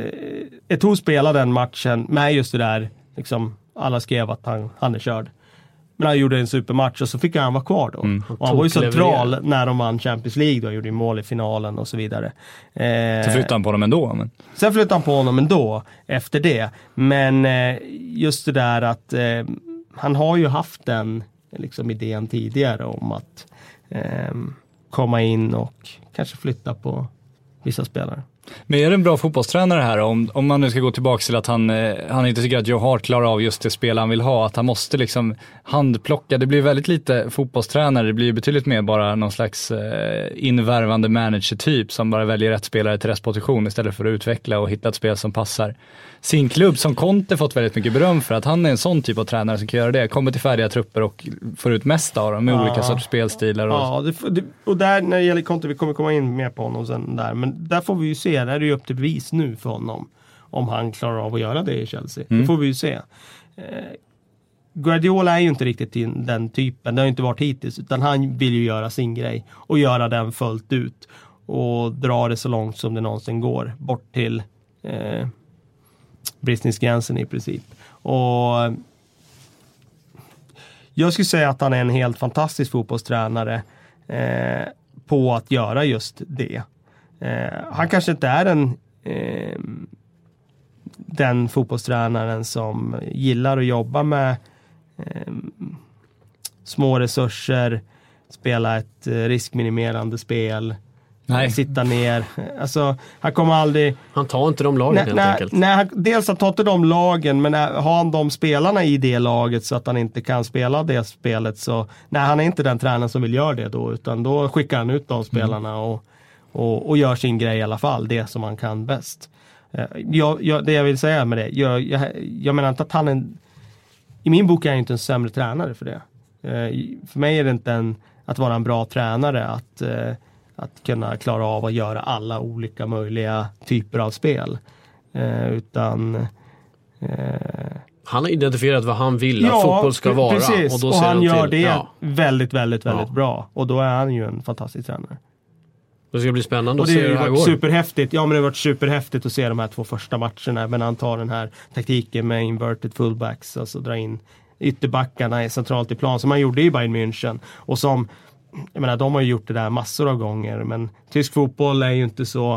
Speaker 1: eh, Eto'o spelade den matchen med just det där, liksom, alla skrev att han, han är körd. Men han gjorde en supermatch och så fick han vara kvar då. Mm. Och han var ju central när de vann Champions League då, gjorde mål i finalen och så vidare.
Speaker 3: Eh, så flyttade han på honom ändå. Men...
Speaker 1: Sen flyttade han på honom ändå efter det. Men eh, just det där att eh, han har ju haft den liksom, idén tidigare om att eh, komma in och kanske flytta på vissa spelare.
Speaker 3: Men är det en bra fotbollstränare här om, om man nu ska gå tillbaka till att han, eh, han inte tycker att Joe Hart klarar av just det spel han vill ha, att han måste liksom handplocka, det blir väldigt lite fotbollstränare, det blir betydligt mer bara någon slags eh, invärvande manager-typ som bara väljer rätt spelare till rätt position istället för att utveckla och hitta ett spel som passar sin klubb, som Conte fått väldigt mycket beröm för, att han är en sån typ av tränare som kan göra det, kommer till färdiga trupper och får ut mest av dem med ja. olika sorts spelstilar. Och...
Speaker 1: Ja, det, det, och där när det gäller Conte, vi kommer komma in mer på honom sen där, men där får vi ju se, där är det ju upp till bevis nu för honom om han klarar av att göra det i Chelsea. Mm. Det får vi ju se. Eh, Guardiola är ju inte riktigt den typen, det har ju inte varit hittills, utan han vill ju göra sin grej och göra den fullt ut och dra det så långt som det någonsin går, bort till eh, bristningsgränsen i princip. Och jag skulle säga att han är en helt fantastisk fotbollstränare eh, på att göra just det. Eh, han kanske inte är en eh, den fotbollstränaren som gillar att jobba med eh, små resurser, spela ett eh, riskminimerande spel, Nej. Sitta ner. Alltså, han kommer aldrig...
Speaker 2: Han tar inte de lagen nej, helt
Speaker 1: nej,
Speaker 2: enkelt.
Speaker 1: Nej, dels han tar inte de lagen, men har han de spelarna i det laget så att han inte kan spela det spelet så... Nej, han är inte den tränaren som vill göra det då, utan då skickar han ut de spelarna mm. och, och, och gör sin grej i alla fall, det som han kan bäst. Jag, jag, det jag vill säga med det, jag, jag, jag menar inte att han är... I min bok är han inte en sämre tränare för det. För mig är det inte en, att vara en bra tränare att... att kunna klara av att göra alla olika möjliga typer av spel. Eh, utan... Eh,
Speaker 2: han har identifierat vad han vill ja, att fotboll ska vara.
Speaker 1: Precis.
Speaker 2: Och, då
Speaker 1: och
Speaker 2: ser
Speaker 1: han
Speaker 2: han
Speaker 1: gör
Speaker 2: till,
Speaker 1: det
Speaker 2: ja.
Speaker 1: väldigt, väldigt, väldigt
Speaker 2: ja.
Speaker 1: bra. Och då är han ju en fantastisk tränare.
Speaker 2: Det ska bli spännande
Speaker 1: och
Speaker 2: att
Speaker 1: det
Speaker 2: se det här
Speaker 1: varit
Speaker 2: går.
Speaker 1: Superhäftigt. Ja, men det har varit superhäftigt att se de här två första matcherna. Men han tar den här taktiken med inverted fullbacks. Alltså dra in ytterbackarna centralt i plan. Som han gjorde i Bayern München. Och som... Jag menar, de har ju gjort det där massor av gånger, men tysk fotboll är ju inte så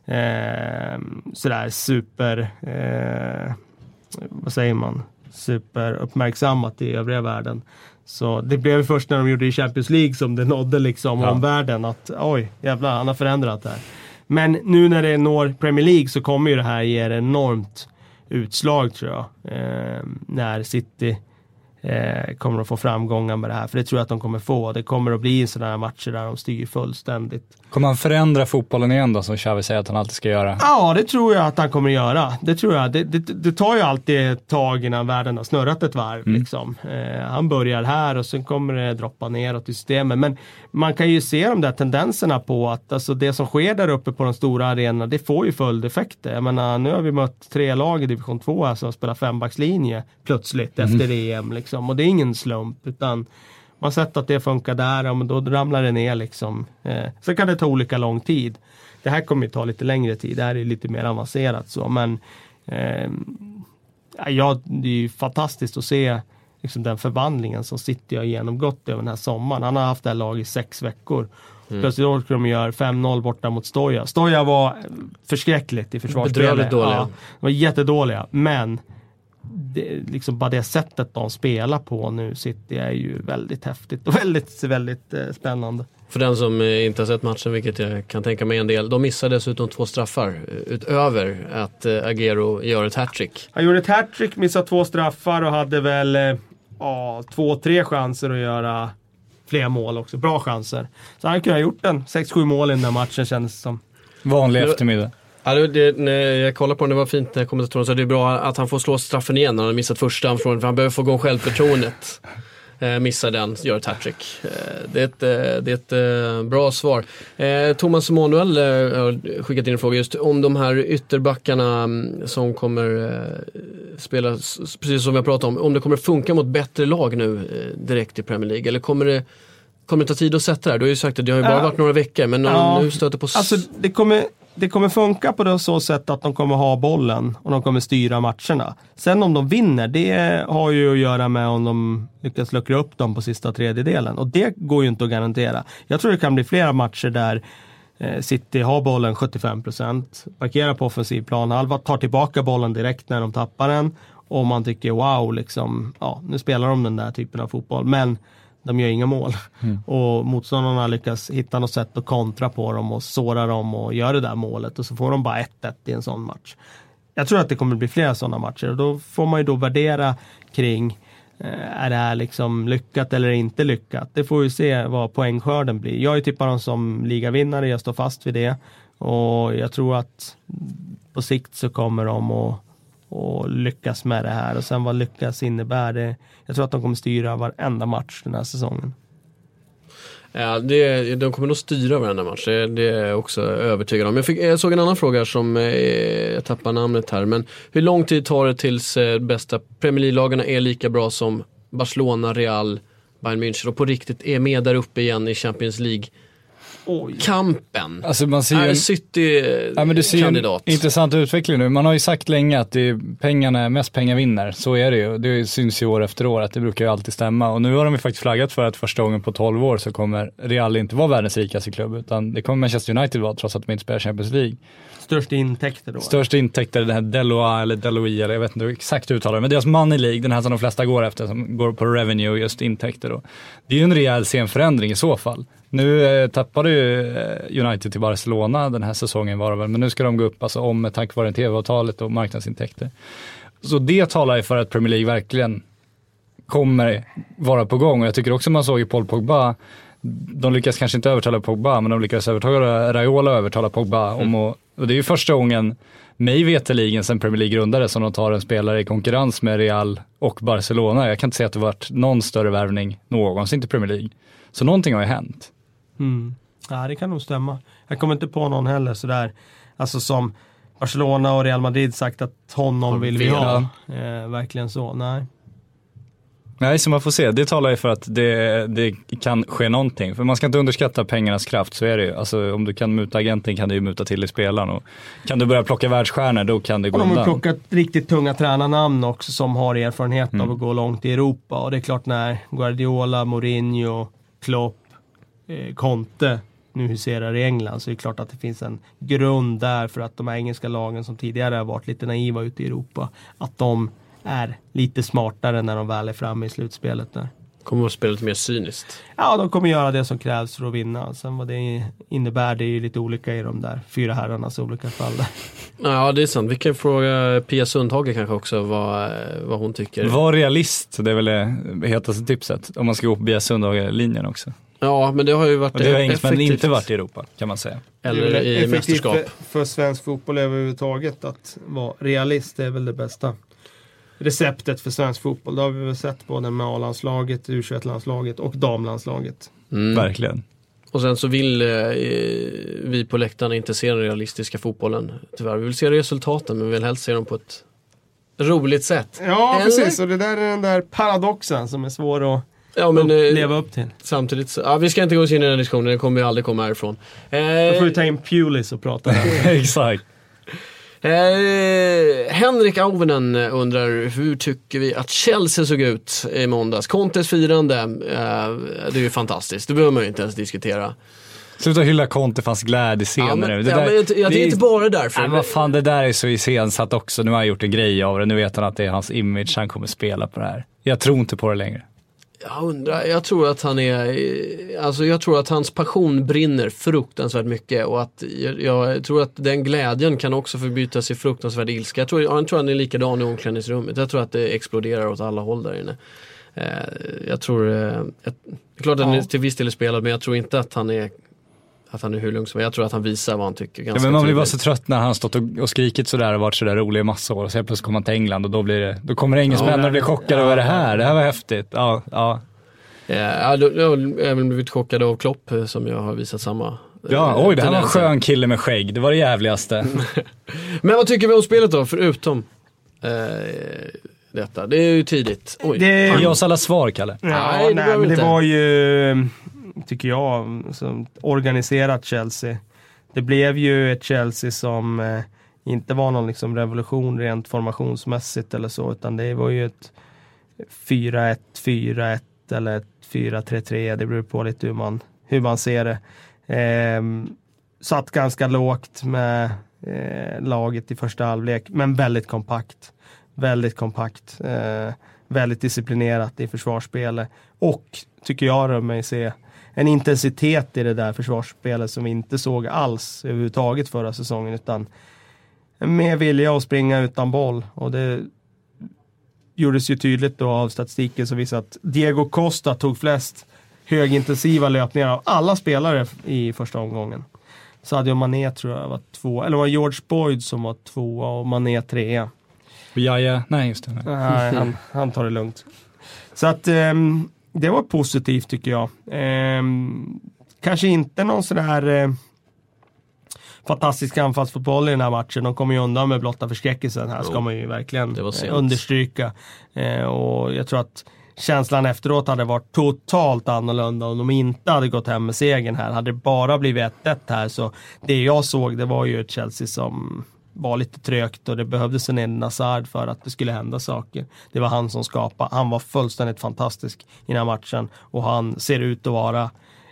Speaker 1: eh, sådär super eh, vad säger man super uppmärksammat i övriga världen. Så det blev först när de gjorde i Champions League som det nådde liksom ja. om världen att oj, jävlar, han har förändrat det här. Men nu när det når Premier League så kommer ju det här ge enormt utslag tror jag. Eh, när City Eh, kommer att få framgångar med det här. För det tror jag att de kommer få. Det kommer att bli sådana här matcher där de styr fullständigt.
Speaker 3: Kommer han förändra fotbollen igen då, som Xavi säger att han alltid ska göra?
Speaker 1: Ja, det tror jag att han kommer att göra. Det tror jag. Det, det, det tar ju alltid ett tag innan världen har snurrat ett varv. Mm. Liksom. Eh, han börjar här och sen kommer det droppa neråt i systemet. Men man kan ju se de där tendenserna på att alltså, det som sker där uppe på de stora arenorna, det får ju följdeffekter. Jag menar, nu har vi mött tre lag i division två här som spelar fembackslinje plötsligt mm. efter E M. Liksom. Och det är ingen slump utan man har sett att det funkar där och då ramlar det ner liksom. Eh, sen kan det ta olika lång tid. Det här kommer ju ta lite längre tid. Det här är lite mer avancerat så men eh, ja, det är ju fantastiskt att se liksom, den förvandlingen som City har genomgått över den här sommaren. Han har haft det här lag i sex veckor. Mm. Plötsligt orkar de göra fem noll borta mot Stoja. Stoja var förskräckligt i försvarsspelet.
Speaker 2: Ja,
Speaker 1: de var jättedåliga men det, liksom bara det sättet de spelar på nu City är ju väldigt häftigt och väldigt, väldigt eh, spännande.
Speaker 2: För den som eh, inte har sett matchen, vilket jag kan tänka mig en del, de missade dessutom två straffar eh, utöver att eh, Agüero gör ett hattrick.
Speaker 1: Han gjorde ett hattrick, missade två straffar och hade väl eh, ja, två, tre chanser att göra fler mål också. Bra chanser. Så han kunde ha gjort en sex sju mål i den där matchen känns det som.
Speaker 3: Vanlig eftermiddag.
Speaker 2: Ja, det, det, när jag kollade på den, det var fint när kommentatorn sa det är bra att han får slå straffen igen när han har missat första för han behöver få igång självförtroendet. Eh, missar den, gör ett hattrick. Eh, det är ett, eh, det är ett eh, bra svar. Eh, Thomas Emanuel eh, har skickat in en fråga just om de här ytterbackarna som kommer eh, spela, precis som vi har pratat om, om det kommer funka mot bättre lag nu eh, direkt i Premier League, eller kommer det, kommer det ta tid att sätta det här? Du har ju sagt att det har ju bara ja. varit några veckor, men
Speaker 1: ja.
Speaker 2: nu stöter på... S-
Speaker 1: alltså det kommer... Det kommer funka på det så sätt att de kommer ha bollen och de kommer styra matcherna. Sen om de vinner, det har ju att göra med om de lyckas luckra upp dem på sista tredjedelen. Och det går ju inte att garantera. Jag tror det kan bli flera matcher där eh, City har bollen sjuttiofem procent, parkerar på offensiv planhalva, tar tillbaka bollen direkt när de tappar den. Och man tycker wow, liksom, ja, nu spelar de den där typen av fotboll. Men de gör inga mål. Mm. Och motståndarna lyckas hitta något sätt att kontra på dem och såra dem och göra det där målet. Och så får de bara ett ett i en sån match. Jag tror att det kommer bli flera sådana matcher. Och då får man ju då värdera kring eh, är det här liksom lyckat eller inte lyckat. Det får vi se vad poängskörden blir. Jag tippar dem som ligavinnare. Jag står fast vid det. Och jag tror att på sikt så kommer de att och lyckas med det här. Och sen vad lyckas innebär det. Jag tror att de kommer styra varenda match den här säsongen.
Speaker 2: Ja, det, de kommer nog styra varenda match. Det, det är jag också övertygad om. Jag, fick, jag såg en annan fråga som eh, jag tappar namnet här. Men hur lång tid tar det tills eh, bästa Premier League-lagarna är lika bra som Barcelona, Real, Bayern München och på riktigt är med där uppe igen i Champions League? Oj. Kampen.
Speaker 3: Alltså man ser
Speaker 2: är
Speaker 3: en,
Speaker 2: City
Speaker 3: ja, men du ser
Speaker 2: kandidat.
Speaker 3: En intressant utveckling nu. Man har ju sagt länge att det är pengarna, mest pengar vinner. Så är det ju. Det syns ju år efter år att det brukar ju alltid stämma. Och nu har de ju faktiskt flaggat för att första gången på tolv år så kommer Real inte vara världens rikaste klubb, utan det kommer Manchester United vara trots att de inte spelar Champions League.
Speaker 1: Störst intäkter då?
Speaker 3: Störst intäkter är den här Deloa eller Deloia, eller jag vet inte exakt hur uttalar det, men deras money league, den här som de flesta går efter, som går på revenue och just intäkter då. Det är ju en rejäl scenförändring i så fall. Nu eh, tappade ju United till Barcelona den här säsongen var det väl, men nu ska de gå upp alltså om tack vare T V-avtalet och marknadsintäkter. Så det talar ju för att Premier League verkligen kommer vara på gång, och jag tycker också man såg ju Paul Pogba, de lyckas kanske inte övertala Pogba, men de lyckas övertala Raiola och övertala Pogba om att, och det är ju första gången mig veteligen sen Premier League grundade som de tar en spelare i konkurrens med Real och Barcelona. Jag kan inte säga att det varit någon större värvning någonsin till Premier League. Så någonting har ju hänt.
Speaker 1: Mm. Ja, det kan nog stämma. Jag kommer inte på någon heller sådär, alltså som Barcelona och Real Madrid sagt att honom vill vi ha. Eh, verkligen så, nej.
Speaker 3: Nej, så man får se. Det talar ju för att det, det kan ske någonting. För man ska inte underskatta pengarnas kraft, så är det ju. Alltså om du kan muta agenten kan du ju muta till i spelaren. Och kan du börja plocka världsstjärnor, då kan det gå undan.
Speaker 1: De har plockat riktigt tunga tränarnamn också som har erfarenhet mm. av att gå långt i Europa. Och det är klart när Guardiola, Mourinho, Klopp, eh, Conte nu huserar i England, så är det klart att det finns en grund där för att de här engelska lagen som tidigare har varit lite naiva ute i Europa, att de är lite smartare när de väl är framme i slutspelet där.
Speaker 2: Kommer att spela lite mer cyniskt.
Speaker 1: Ja, de kommer göra det som krävs för att vinna. Sen vad det innebär, det är ju lite olika i de där fyra herrarnas olika fall.
Speaker 2: Ja, det är sant. Vi kan fråga Pia Sundhage kanske också vad, vad hon tycker.
Speaker 3: Var realist, det är väl det hetaste tipset. Om man ska gå på Pia Sundhage-linjen också.
Speaker 2: Ja, men det har ju varit
Speaker 3: och det har engelsmän inte varit i Europa, kan man säga.
Speaker 2: Eller i mästerskap.
Speaker 1: För, för svensk fotboll överhuvudtaget att vara realist, det är väl det bästa receptet för svensk fotboll. Det har vi väl sett både med A-landslaget, U tjugoett-landslaget och damlandslaget.
Speaker 3: Mm. Verkligen.
Speaker 2: Och sen så vill eh, vi på läktarna inte se den realistiska fotbollen. Tyvärr. Vi vill se resultaten, men vi vill helst se dem på ett roligt sätt.
Speaker 1: Ja,
Speaker 2: Eller?
Speaker 1: Precis. Och det där är den där paradoxen som är svår att
Speaker 2: ja, men,
Speaker 1: upp, leva upp till.
Speaker 2: Samtidigt så, ja, vi ska inte gå in i den diskussionen, den kommer ju aldrig komma härifrån.
Speaker 1: Eh, Då får vi ta in Pulis och prata.
Speaker 3: Exakt.
Speaker 2: Eh, Henrik Auvenen undrar, hur tycker vi att Chelsea såg ut i måndags? Contes firande, eh, det är ju fantastiskt, det behöver man ju inte ens diskutera.
Speaker 3: Sluta hylla Conte, fanns glädje senare.
Speaker 2: Ja, men,
Speaker 3: det
Speaker 2: ja,
Speaker 3: där,
Speaker 2: men jag, jag det är inte bara därför.
Speaker 3: Nej, vad fan, det där är så iscensatt också. Nu har han gjort en grej av det, nu vet han att det är hans image, han kommer spela på det här. Jag tror inte på det längre.
Speaker 2: Jag undrar, jag tror att han är, alltså jag tror att hans passion brinner fruktansvärt mycket, och att jag, jag tror att den glädjen kan också förbytas i fruktansvärd ilska. Jag tror, jag tror han är likadan i omklädningsrummet. Jag tror att det exploderar åt alla håll där inne. Eh, jag tror, eh, det är klart att han är till viss del spelad, men jag tror inte att han är att han är hur lugn som, jag tror att han visar vad han tycker.
Speaker 3: Ja, men man blir bara så trött när han stått och, och skrikit sådär och varit sådär rolig i massa år, och så plötsligt kommer han till England och då blir det, då kommer engelsmännen ja, och blir chockade ja, över det här. Det här var häftigt. Ja, ja.
Speaker 2: Ja, då, jag har även blivit chockad av Klopp som jag har visat samma.
Speaker 3: Ja, oj, det här var en skön kille med skägg. Det var det jävligaste.
Speaker 2: Men vad tycker vi om spelet då, förutom eh, detta? Det är ju tidigt. Oj.
Speaker 3: Det... Ge oss alla svar, Kalle.
Speaker 1: Ja, nej, nej, men det inte. var ju, tycker jag, som organiserat Chelsea. Det blev ju ett Chelsea som eh, inte var någon liksom revolution rent formationsmässigt eller så, utan det var ju ett fyra ett fyra ett eller ett fyra tre tre, det beror på lite hur man, hur man ser det. Eh, satt ganska lågt med eh, laget i första halvlek, men väldigt kompakt. Väldigt kompakt. Eh, väldigt disciplinerat i försvarsspelet. Och, tycker jag rör mig se, en intensitet i det där försvarsspelet som vi inte såg alls överhuvudtaget förra säsongen, utan med vilja att springa utan boll. Och det gjordes ju tydligt då av statistiken som visar att Diego Costa tog flest högintensiva löpningar av alla spelare i första omgången. Sadio Mané tror jag var två, eller var George Boyd som var två och Mané trea.
Speaker 3: Ja, ja, nej just det. Nej.
Speaker 1: Nej, han, han tar det lugnt. Så att um, det var positivt tycker jag. Um, kanske inte någon sån här uh, fantastisk anfallsfotboll i den här matchen. De kommer ju undan med blotta förskräckelsen. Här ska man ju verkligen understryka. Eh, och jag tror att känslan efteråt hade varit totalt annorlunda om de inte hade gått hem med segern här. Hade det bara blivit ett ett här, så det jag såg, det var ju ett Chelsea som var lite trögt, och det behövdes en Eden Hazard för att det skulle hända saker. Det var han som skapade. Han var fullständigt fantastisk i den här matchen, och han ser ut att vara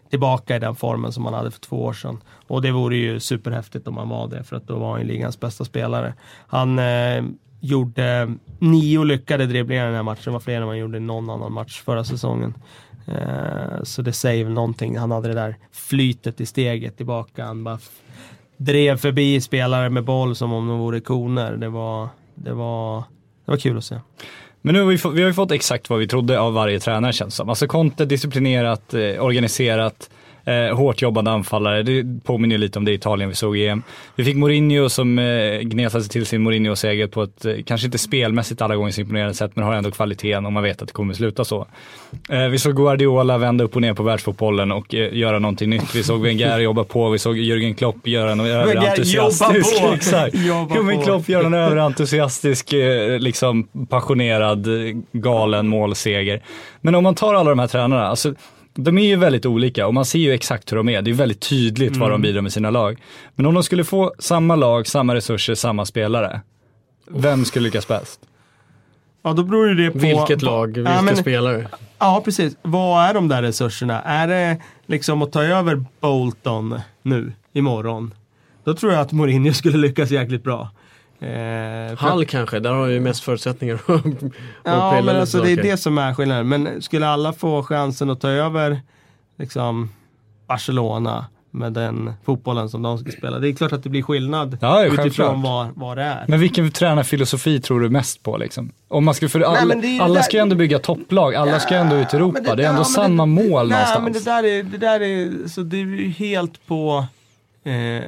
Speaker 1: tillbaka i den formen som han hade för två år sedan. Och det vore ju superhäftigt om han var det, för att då var han ju ligans bästa spelare. Han eh, gjorde nio lyckade dribblingar i den här matchen. Det var fler än man gjorde i någon annan match förra säsongen. Eh, så det säger väl någonting. Han hade det där flytet i steget tillbaka. Han bara f- drev förbi spelare med boll som om de vore koner. Det var, det var, det var kul att se.
Speaker 3: Men nu har vi, få, vi har ju fått exakt vad vi trodde av varje tränare, känns som. Alltså Conte, disciplinerat, eh, organiserat, eh, hårt jobbande anfallare. Det påminner lite om det i Italien vi såg i E M. Vi fick Mourinho som eh, gnetade sig till sin Mourinho-seger på ett, eh, kanske inte spelmässigt alla gånger imponerande sätt, men har ändå kvaliteten och man vet att det kommer sluta så. Eh, vi såg Guardiola vända upp och ner på världsfotbollen och eh, göra någonting nytt. Vi såg Wenger jobba på, vi såg Jürgen Klopp göra någon överentusiastisk. Exakt. Jürgen Klopp göra en överentusiastisk, eh, liksom passionerad, galen målseger. Men om man tar alla de här tränarna, alltså de är ju väldigt olika och man ser ju exakt hur de är. Det är väldigt tydligt mm. vad de bidrar med sina lag. Men om de skulle få samma lag, samma resurser, samma spelare, vem skulle lyckas bäst?
Speaker 1: Ja, då beror det på...
Speaker 2: Vilket lag, vilka ja, men, spelare?
Speaker 1: Ja, precis. Vad är de där resurserna? Är det liksom att ta över Bolton nu, imorgon? Då tror jag att Mourinho skulle lyckas jäkligt bra.
Speaker 2: Eh, Hall att, kanske, där har ju mest förutsättningar.
Speaker 1: Ja, men alltså det är det som är skillnaden. Men skulle alla få chansen att ta över liksom Barcelona med den fotbollen som de ska spela, det är klart att det blir skillnad ja, utifrån vad, vad det är.
Speaker 3: Men vilken tränarfilosofi tror du mest på liksom? Om man skulle, för alla, nej, alla där, ska ju ändå bygga topplag, alla ja, ska ju ändå ut i Europa, det, det är ändå ja, samma det, mål nej, någonstans.
Speaker 1: Men det där är, det där är, så det är ju helt på eh,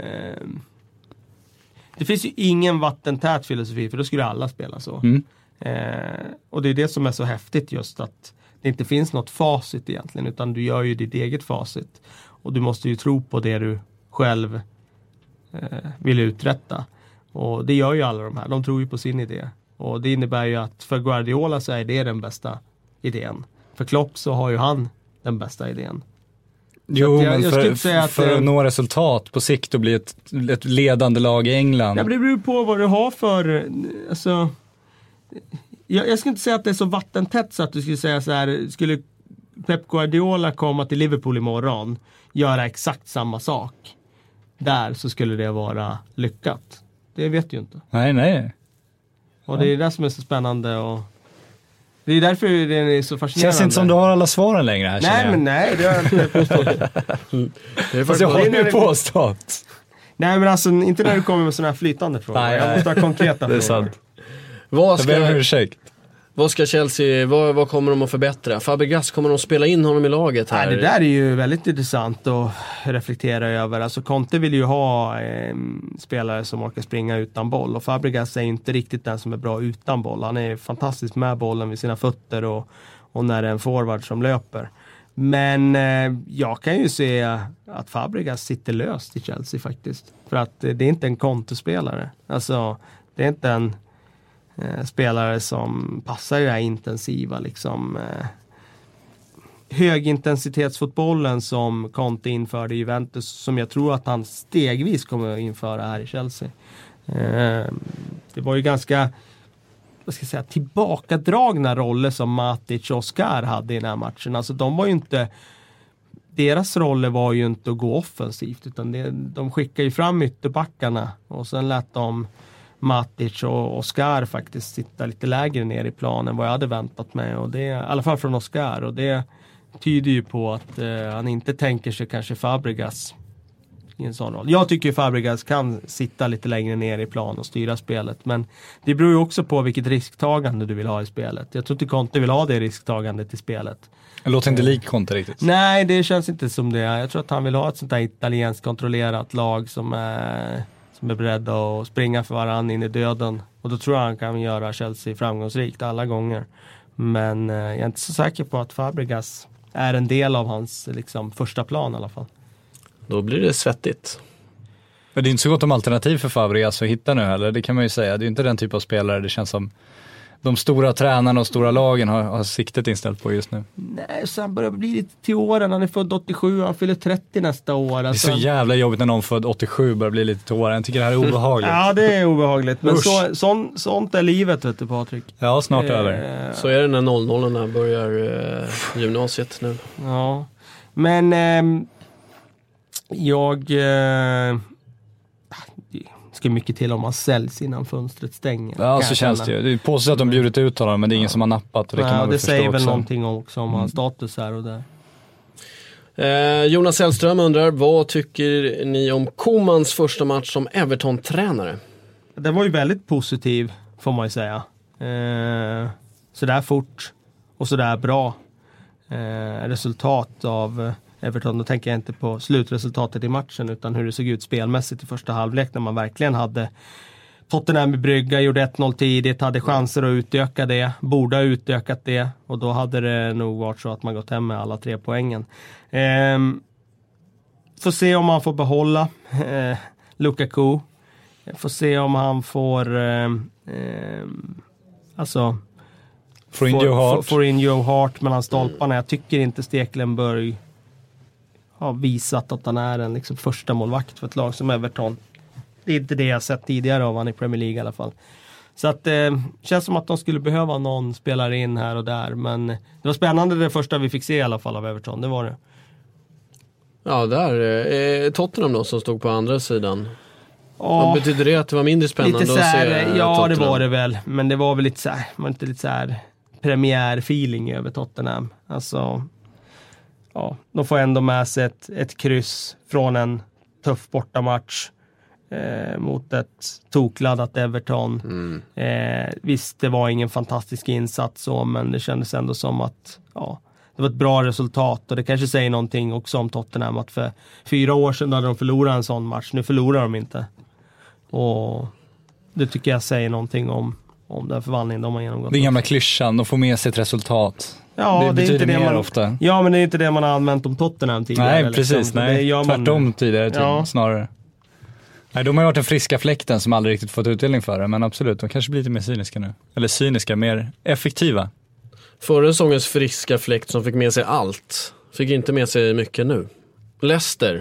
Speaker 1: det finns ju ingen vattentät filosofi, för då skulle alla spela så. Mm. Eh, och det är det som är så häftigt, just att det inte finns något facit egentligen, utan du gör ju ditt eget facit. Och du måste ju tro på det du själv eh, vill uträtta. Och det gör ju alla de här. De tror ju på sin idé. Och det innebär ju att för Guardiola så är det den bästa idén. För Klopp så har ju han den bästa idén.
Speaker 3: Jo, jag, men jag för, säga att, för att nå resultat på sikt och bli ett, ett ledande lag i England.
Speaker 1: Ja, det beror på vad du har för... Alltså, jag, jag skulle inte säga att det är så vattentätt så att du skulle säga så här, skulle Pep Guardiola komma till Liverpool imorgon, göra exakt samma sak där, så skulle det vara lyckat. Det vet ju inte.
Speaker 3: Nej, nej.
Speaker 1: Och det är det som är så spännande och det är därför det är så fascinerande.
Speaker 3: Känns inte som du har alla svaren längre här.
Speaker 1: Nej, men nej, det har jag inte påstått.
Speaker 3: Det är fast jag har ju påstått.
Speaker 1: Nej, men alltså inte när du kommer med sådana här flytande frågor. Nej, jag måste ha konkreta frågor. Det är sant.
Speaker 2: Vad ska, vad ska Chelsea, vad, vad kommer de att förbättra? Fabregas, kommer de att spela in honom i laget här?
Speaker 1: Nej, det där är ju väldigt intressant att reflektera över. Alltså Conte vill ju ha eh, spelare som orkar springa utan boll. Och Fabregas är inte riktigt den som är bra utan boll. Han är fantastisk med bollen vid sina fötter och, och när det är en forward som löper. Men eh, jag kan ju se att Fabregas sitter löst i Chelsea faktiskt. För att eh, det är inte en Conte-spelare. Alltså, det är inte en eh, spelare som passar i det här intensiva liksom eh, högintensitetsfotbollen som Conte införde i Juventus, som jag tror att han stegvis kommer att införa här i Chelsea. Eh, det var ju ganska, vad ska jag säga, tillbakadragna roller som Matic och Oscar hade i den här matchen. Alltså de var ju inte, deras roller var ju inte att gå offensivt, utan det, de skickade ju fram ytterbackarna och sen lät de Matic och Oscar faktiskt sitta lite lägre ner i planen vad jag hade väntat mig, och det, i alla fall från Oscar, och det tyder ju på att eh, han inte tänker sig kanske Fabregas i en sån roll. Jag tycker Fabregas kan sitta lite längre ner i plan och styra spelet, men det beror ju också på vilket risktagande du vill ha i spelet. Jag tror inte Conte vill ha det risktagandet i spelet.
Speaker 3: Det låter inte lik Conte riktigt.
Speaker 1: Nej, det känns inte som det. Jag tror att han vill ha ett sånt där italienskt kontrollerat lag som är, som är beredda att springa för varann in i döden. Och då tror jag han kan göra Chelsea framgångsrikt alla gånger. Men eh, jag är inte så säker på att Fabregas är en del av hans liksom, första plan i alla fall.
Speaker 2: Då blir det svettigt.
Speaker 3: Men det är inte så gott om alternativ för Fabregas att hitta nu heller. Det kan man ju säga. Det är inte den typ av spelare det känns som de stora tränarna och stora lagen har, har siktet inställt på just nu.
Speaker 1: Nej, så han börjar bli lite till åren. Han är född åttiosju, han fyller trettio nästa år.
Speaker 3: Alltså. Det är så jävla jobbigt när någon född åttiosju börjar bli lite till åren. Jag tycker det här är obehagligt.
Speaker 1: Ja, det är obehagligt. Men så, sån, sånt är livet, vet du, Patrik.
Speaker 3: Ja, snart
Speaker 1: eh,
Speaker 3: över.
Speaker 2: Så är det när noll noll börjar eh, gymnasiet nu.
Speaker 1: Ja. Men eh, jag eh, det ska mycket till om man säljs innan fönstret stänger.
Speaker 3: Ja, så känns det ju. Det är påstås att de bjudit ut honom, men det är ingen ja. som har nappat. Och det
Speaker 1: ja,
Speaker 3: kan man väl
Speaker 1: det
Speaker 3: förstå
Speaker 1: säger väl
Speaker 3: också.
Speaker 1: någonting också om mm. hans status här och där.
Speaker 2: Eh, Jonas Sällström undrar, vad tycker ni om Komans första match som Everton-tränare?
Speaker 1: Den var ju väldigt positiv, får man ju säga. Eh, sådär fort och sådär bra eh, resultat av Everton. Då tänker jag inte på slutresultatet i matchen utan hur det såg ut spelmässigt i första halvlek när man verkligen hade Tottenham i brygga, gjorde ett noll tidigt, hade chanser att utöka det, borde ha utökat det och då hade det nog varit så att man gått hem med alla tre poängen. Eh, får se om man får behålla eh, Lukaku. Får se om han får eh, eh, alltså
Speaker 3: får in Joe Hart,
Speaker 1: får in Joe Hart mellan stolparna. Jag tycker inte Stekelenburg har visat att han är en liksom första målvakt för ett lag som Everton. Det är inte det jag sett tidigare av han i Premier League i alla fall. Så att eh, känns som att de skulle behöva någon spelare in här och där. Men det var spännande det första vi fick se i alla fall av Everton, det var det.
Speaker 2: Ja, där eh, Tottenham då som stod på andra sidan.
Speaker 1: Ja,
Speaker 2: vad betyder det att det var mindre spännande
Speaker 1: lite så här,
Speaker 2: att se
Speaker 1: ja,
Speaker 2: Tottenham?
Speaker 1: Det var det väl. Men det var väl lite så här, var inte lite så här premiärfeeling över Tottenham. Alltså, ja, de får ändå med sig ett, ett kryss från en tuff bortamatch eh, mot ett tokladdat Everton.
Speaker 2: Mm.
Speaker 1: Eh, visst, det var ingen fantastisk insats så, men det kändes ändå som att ja, det var ett bra resultat och det kanske säger någonting också om Tottenham att för fyra år sedan hade de förlorat en sån match. Nu förlorar de inte. Och det tycker jag säger någonting om, om den förvandlingen de har genomgått.
Speaker 3: Den gamla klyschan, de får med sig ett resultat.
Speaker 1: Ja,
Speaker 3: det,
Speaker 1: det
Speaker 3: betyder
Speaker 1: är inte det
Speaker 3: mer
Speaker 1: man,
Speaker 3: ofta.
Speaker 1: Ja, men det är inte det man har använt om Tottenham tidigare.
Speaker 3: Nej, precis.
Speaker 1: Liksom.
Speaker 3: Nej.
Speaker 1: Det gör man,
Speaker 3: tvärtom tidigare till,
Speaker 1: ja.
Speaker 3: snarare. Nej, de har ju varit den friska fläkten som aldrig riktigt fått utdelning för det. Men absolut, de kanske blir lite mer cyniska nu. Eller cyniska, mer effektiva.
Speaker 2: Förra säsongens friska fläkt som fick med sig allt fick inte med sig mycket nu. Leicester.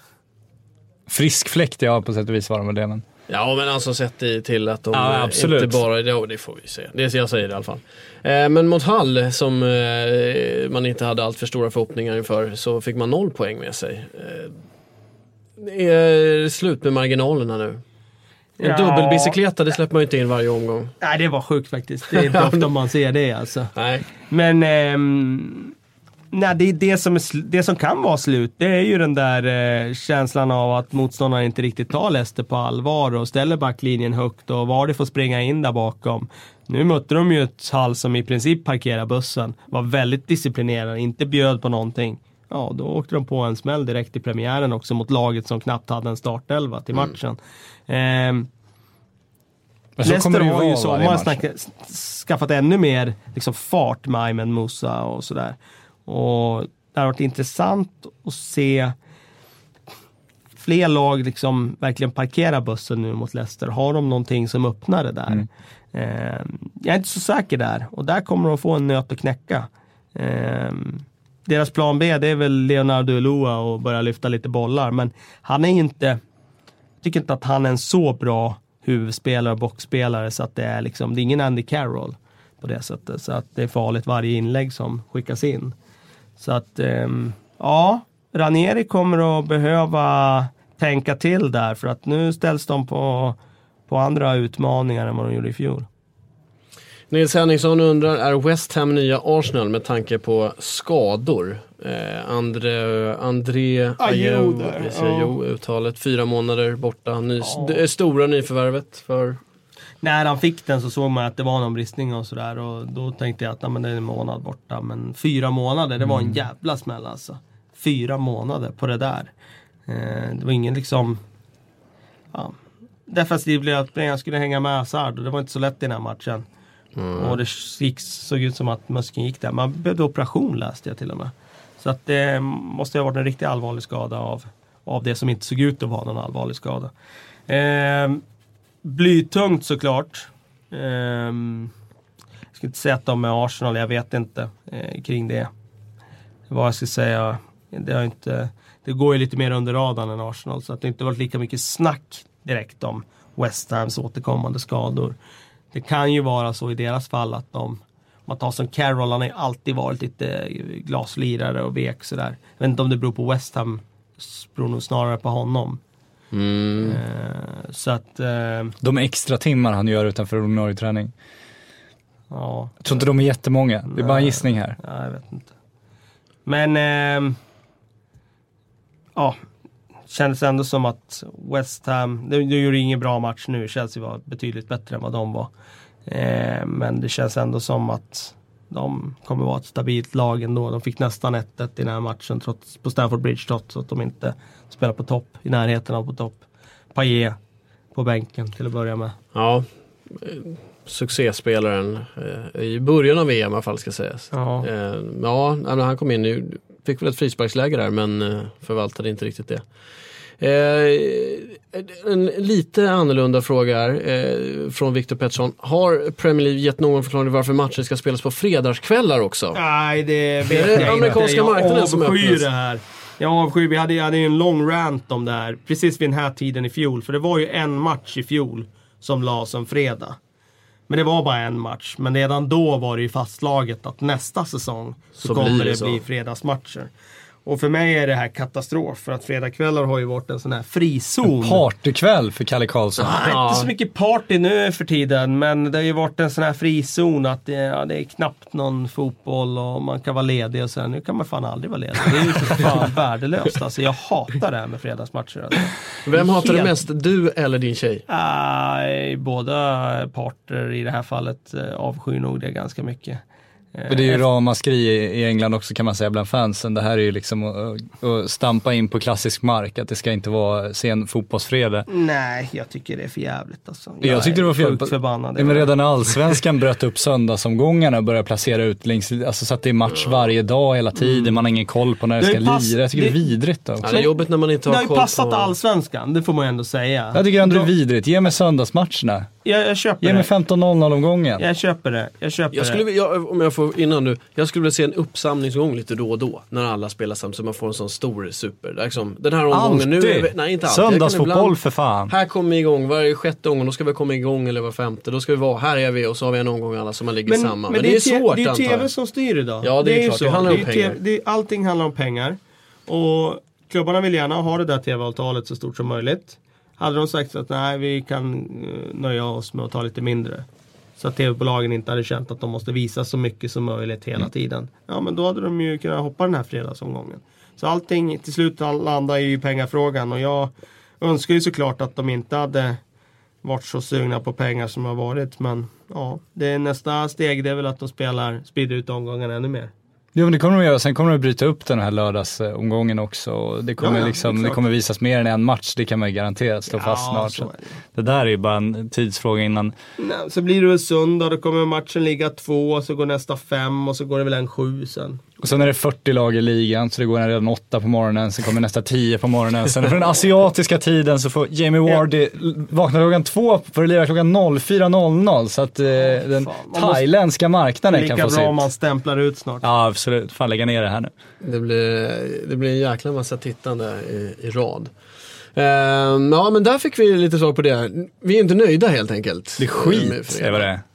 Speaker 3: Frisk fläkt, ja, på sätt och vis var de med det. Men...
Speaker 2: Ja, men alltså sett i till att de
Speaker 3: ja, absolut.
Speaker 2: inte bara... Ja, det får vi se. Det jag säger i alla fall. Eh, men mot Hull, som eh, man inte hade allt för stora förhoppningar inför, så fick man noll poäng med sig. Eh, det är slut med marginalerna nu. En
Speaker 1: ja.
Speaker 2: dubbelbicykleta, det släpper man ju inte in varje omgång.
Speaker 1: Nej, det var sjukt faktiskt. Det är inte ofta man ser det alltså.
Speaker 2: Nej.
Speaker 1: Men ehm, nej, det, är det, som är sl- det som kan vara slut, det är ju den där eh, känslan av att motståndarna inte riktigt tar Leicester på allvar och ställer backlinjen högt och var det får springa in där bakom. Nu mötte de ju ett Hull som i princip parkerar bussen, var väldigt disciplinerad, inte bjöd på någonting. Ja, då åkte de på en smäll direkt i premiären också mot laget som knappt hade en startelva till matchen. Mm. Eh, Leicester har ju sommar snackat, skaffat ännu mer liksom, fart med Ayman Musa och sådär. Och det har varit intressant att se fler lag liksom verkligen parkera bussen nu mot Leicester. Har de någonting som öppnar det där? Mm. Eh, jag är inte så säker där. Och där kommer de få en nöt att knäcka. Eh, deras plan B, det är väl Leonardo Ulloa och börja lyfta lite bollar. Men han är inte, jag tycker inte att han är en så bra huvudspelare och boxspelare så att det är liksom, det är ingen Andy Carroll på det sättet. Så att det är farligt varje inlägg som skickas in. Så att, um, ja, Ranieri kommer att behöva tänka till där för att nu ställs de på, på andra utmaningar än vad de gjorde i fjol.
Speaker 2: Nils Henningsson undrar, är West Ham nya Arsenal med tanke på skador? Eh, André, André Ayew, ja. uttalet, fyra månader borta, ny, ja. Det stora nyförvärvet för...
Speaker 1: När han fick den så såg man att det var någon bristning och sådär och då tänkte jag att nej, men det är en månad borta, men fyra månader, det var en jävla smäll alltså. Fyra månader på det där. Eh, det var ingen liksom... Ja, defensivt blev att jag skulle hänga med Hazard och det var inte så lätt i den här matchen. Mm. Och det gick, såg ut som att muskeln gick där. Man behövde operation, läste jag till och med. Så att det måste ha varit en riktigt allvarlig skada av, av det som inte såg ut att vara någon allvarlig skada. Eh, blytungt såklart. Eh, jag ska inte säga att de är Arsenal, jag vet inte eh, kring det. Vad jag ska säga, det, har inte, det går ju lite mer under radarn än Arsenal. Så att det inte varit lika mycket snack direkt om West Hams återkommande skador. Det kan ju vara så i deras fall att de Man tar som Carroll, han har ju alltid varit lite glaslirare och vek sådär. Jag vet inte om det beror på West Ham, beror nog snarare på honom.
Speaker 2: Mm.
Speaker 1: Eh, så att... Eh,
Speaker 3: de extra timmar han gör utanför ordinarie träning.
Speaker 1: Ja.
Speaker 3: Jag tror inte de är jättemånga. Det är bara en gissning här.
Speaker 1: Ja, jag vet inte. Men... Eh, ja... Kändes ändå som att West Ham, de, de gjorde ingen bra match nu, Chelsea var betydligt bättre än vad de var. Eh, men det känns ändå som att de kommer vara ett stabilt lag ändå. De fick nästan ett ett i den här matchen trots, på Stamford Bridge trots att de inte spelar på topp, i närheten av på topp. Payet på bänken till att börja med.
Speaker 2: Ja, succéspelaren eh, i början av V M i alla fall ska sägas.
Speaker 1: Ja,
Speaker 2: eh, ja han kom in nu, fick väl ett frisparksläge där men eh, förvaltade inte riktigt det. Eh, en lite annorlunda fråga här, eh, från Victor Pettersson. Har Premier League gett någon förklaring varför matcher ska spelas på fredagskvällar också?
Speaker 1: Nej, det vet
Speaker 2: det
Speaker 1: jag
Speaker 2: amerikanska
Speaker 1: inte.
Speaker 2: marknaden som
Speaker 1: Jag avskyr
Speaker 2: öppnas.
Speaker 1: det här. Jag avskyr, vi hade, jag hade ju en lång rant om det här precis vid den här tiden i fjol. För det var ju en match i fjol som la som fredag. Men det var bara en match. Men redan då var det ju fastslaget att nästa säsong så,
Speaker 2: Så
Speaker 1: kommer
Speaker 2: blir det
Speaker 1: det
Speaker 2: så.
Speaker 1: bli fredagsmatcher. Och för mig är det här katastrof. För att fredagskvällar har ju varit en sån här frizon.
Speaker 3: Partykväll för Kalle Karlsson.
Speaker 1: Ja, inte så mycket party nu för tiden, men det har ju varit en sån här frizon att det, ja, det är knappt någon fotboll och man kan vara ledig och sen, nu kan man fan aldrig vara ledig. Det är ju för fan värdelöst alltså. Jag hatar det här med fredagsmatcher alltså.
Speaker 2: Vem hatar
Speaker 1: Helt-
Speaker 2: det mest, du eller din tjej?
Speaker 1: Uh, båda parter i det här fallet uh, avskyr nog det ganska mycket.
Speaker 3: Men det är ju ramaskri i England också kan man säga bland fansen. Det här är ju liksom att, att stampa in på klassisk mark. Att det ska inte vara sen fotbollsfredag.
Speaker 1: Nej, jag tycker det är för jävligt alltså. Jag,
Speaker 3: Jag tyckte det var
Speaker 1: är sjukt
Speaker 3: fel.
Speaker 1: förbannad.
Speaker 3: Ja, men redan när allsvenskan bröt upp söndagsomgångarna och började placera ut längs, alltså så att det är match varje dag hela tiden. Mm. Man har ingen koll på när det
Speaker 1: Det
Speaker 3: ska
Speaker 1: är ju pass-
Speaker 3: lira. Jag tycker det,
Speaker 1: det-
Speaker 3: är vidrigt också.
Speaker 2: Ja, det är jobbigt när man inte
Speaker 1: Det
Speaker 2: har
Speaker 1: har ju
Speaker 2: koll
Speaker 1: passat
Speaker 2: på...
Speaker 1: allsvenskan, det får man ju ändå säga.
Speaker 3: Jag tycker ändå det är
Speaker 1: Då-
Speaker 3: vidrigt. Ge mig söndagsmatcherna.
Speaker 1: Jag, jag köper
Speaker 3: Ge mig
Speaker 1: det.
Speaker 3: femton noll noll omgången.
Speaker 1: Jag köper det. Jag köper
Speaker 2: Jag skulle,
Speaker 1: det.
Speaker 2: jag, om jag får innan nu, jag skulle vilja se en uppsamlingsgång lite då och då när alla spelar samtidigt så man får en sån stor super. Liksom, den här omgången nu,
Speaker 3: Alltid.
Speaker 2: nej inte alltid. Jag kan
Speaker 3: Söndagsfotboll
Speaker 2: ibland-
Speaker 3: för fan.
Speaker 2: Här kommer vi igång, varje sjätte omgång, då ska vi komma igång eller var femte, då ska vi vara, här är vi och så har vi en omgång alla som man ligger samman. Men, det är
Speaker 1: te-
Speaker 2: svårt
Speaker 1: det är
Speaker 2: antar
Speaker 1: tv
Speaker 2: jag.
Speaker 1: som styr idag.
Speaker 2: Ja, det är
Speaker 1: ju
Speaker 2: klart.
Speaker 1: så.
Speaker 2: Det handlar om
Speaker 1: är
Speaker 2: pengar.
Speaker 1: T V, det är, allting handlar om pengar. Och klubbarna vill gärna ha det där tv-avtalet så stort som möjligt. Hade de sagt att nej, vi kan uh, nöja oss med att ta lite mindre. Så att tv-bolagen inte hade känt att de måste visa så mycket som möjligt hela
Speaker 3: Mm.
Speaker 1: tiden. Ja, men då hade de ju kunnat hoppa den här fredagsomgången. Så allting till slut landar ju i pengafrågan. Och jag önskar ju såklart att de inte hade varit så sugna på pengar som har varit. Men ja, det är nästa steg, det är väl att de spelar, sprider ut omgångarna ännu mer.
Speaker 3: Jo, men det kommer de göra. Sen kommer de bryta upp den här lördagsomgången också. Och det, kommer
Speaker 1: Ja, ja,
Speaker 3: liksom, det
Speaker 1: exakt.
Speaker 3: kommer visas mer än en match. Det kan man ju garanterat slå fast snart.
Speaker 1: så
Speaker 3: Så
Speaker 1: är det.
Speaker 3: det där är ju bara en tidsfråga innan.
Speaker 1: Nej, så blir det väl söndag, då kommer matchen ligga två, så går nästa fem och så går det väl en sju sen.
Speaker 3: Och sen är det fyrtio lag i ligan, så det går redan åtta på morgonen. Sen kommer nästa tio på morgonen. Sen för den asiatiska tiden så får Jamie Vardy vakna klockan två för att lira klockan fyra noll noll. Så att eh, den
Speaker 1: fan, man måste-
Speaker 3: thailändska marknaden
Speaker 1: Lika
Speaker 3: kan få
Speaker 1: bra om man
Speaker 3: sitt.
Speaker 1: stämplar ut snart.
Speaker 3: Ja, absolut. Fan, lägga ner det här nu.
Speaker 2: Det blir, det blir en jäkla massa tittande i, i rad. Ehm, ja, men där fick vi lite svar på det. Vi är inte nöjda helt enkelt.
Speaker 3: Det är
Speaker 2: Med
Speaker 3: skit,
Speaker 2: fredag.
Speaker 3: är vad det är.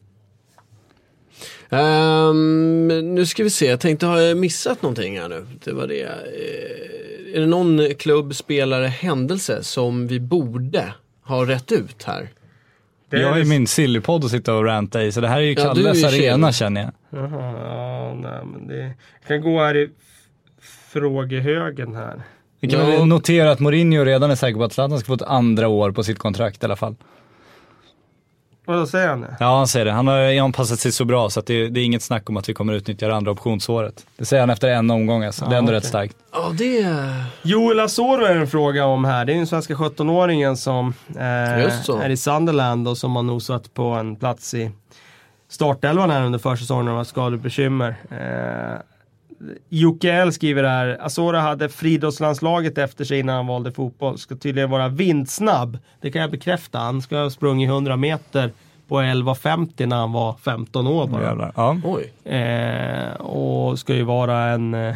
Speaker 2: Ehm, nu ska vi se, jag tänkte, har jag missat någonting här nu? Det var det. Eh, är det någon klubb, spelare, händelse som vi borde ha rätt ut här?
Speaker 1: Det är
Speaker 3: Jag har ju
Speaker 1: det-
Speaker 3: min sillypodd att sitta och ranta i, så det här är ju
Speaker 2: Ja, du är
Speaker 3: Kalles
Speaker 2: ju
Speaker 3: arena
Speaker 2: chill.
Speaker 3: känner jag.
Speaker 1: Jaha, ja, nej, men det jag kan gå här i f- frågehögen här.
Speaker 3: Vi kan
Speaker 2: Ja.
Speaker 3: väl notera att Mourinho redan är säker på att Zlatan ska få ett andra år på sitt kontrakt i alla fall.
Speaker 1: Vad då säger han det?
Speaker 3: Ja, han säger det. Han har anpassat sig så bra så att det, det är inget snack om att vi kommer utnyttja det andra optionsåret. Det säger han efter en omgång alltså. Det är
Speaker 1: Ja,
Speaker 3: ändå
Speaker 1: okej.
Speaker 3: rätt starkt.
Speaker 2: Ja, det...
Speaker 1: Joel Asoro är en fråga om här. Det är den svenska sjuttonåringen som eh,
Speaker 2: Just så.
Speaker 1: är i Sunderland och som har nosat på en plats i startelvan här under försäsongen och har skadebekymmer. Eh, Jocke L skriver här: Asoro hade friidrottslandslaget efter sig innan han valde fotboll. Ska tydligen vara vindsnabb. Det kan jag bekräfta. Han ska ha sprungit hundra meter på elva femtio när han var femton år bara.
Speaker 3: Jävlar. Ja.
Speaker 2: Oj.
Speaker 1: Eh, och ska ju vara en eh,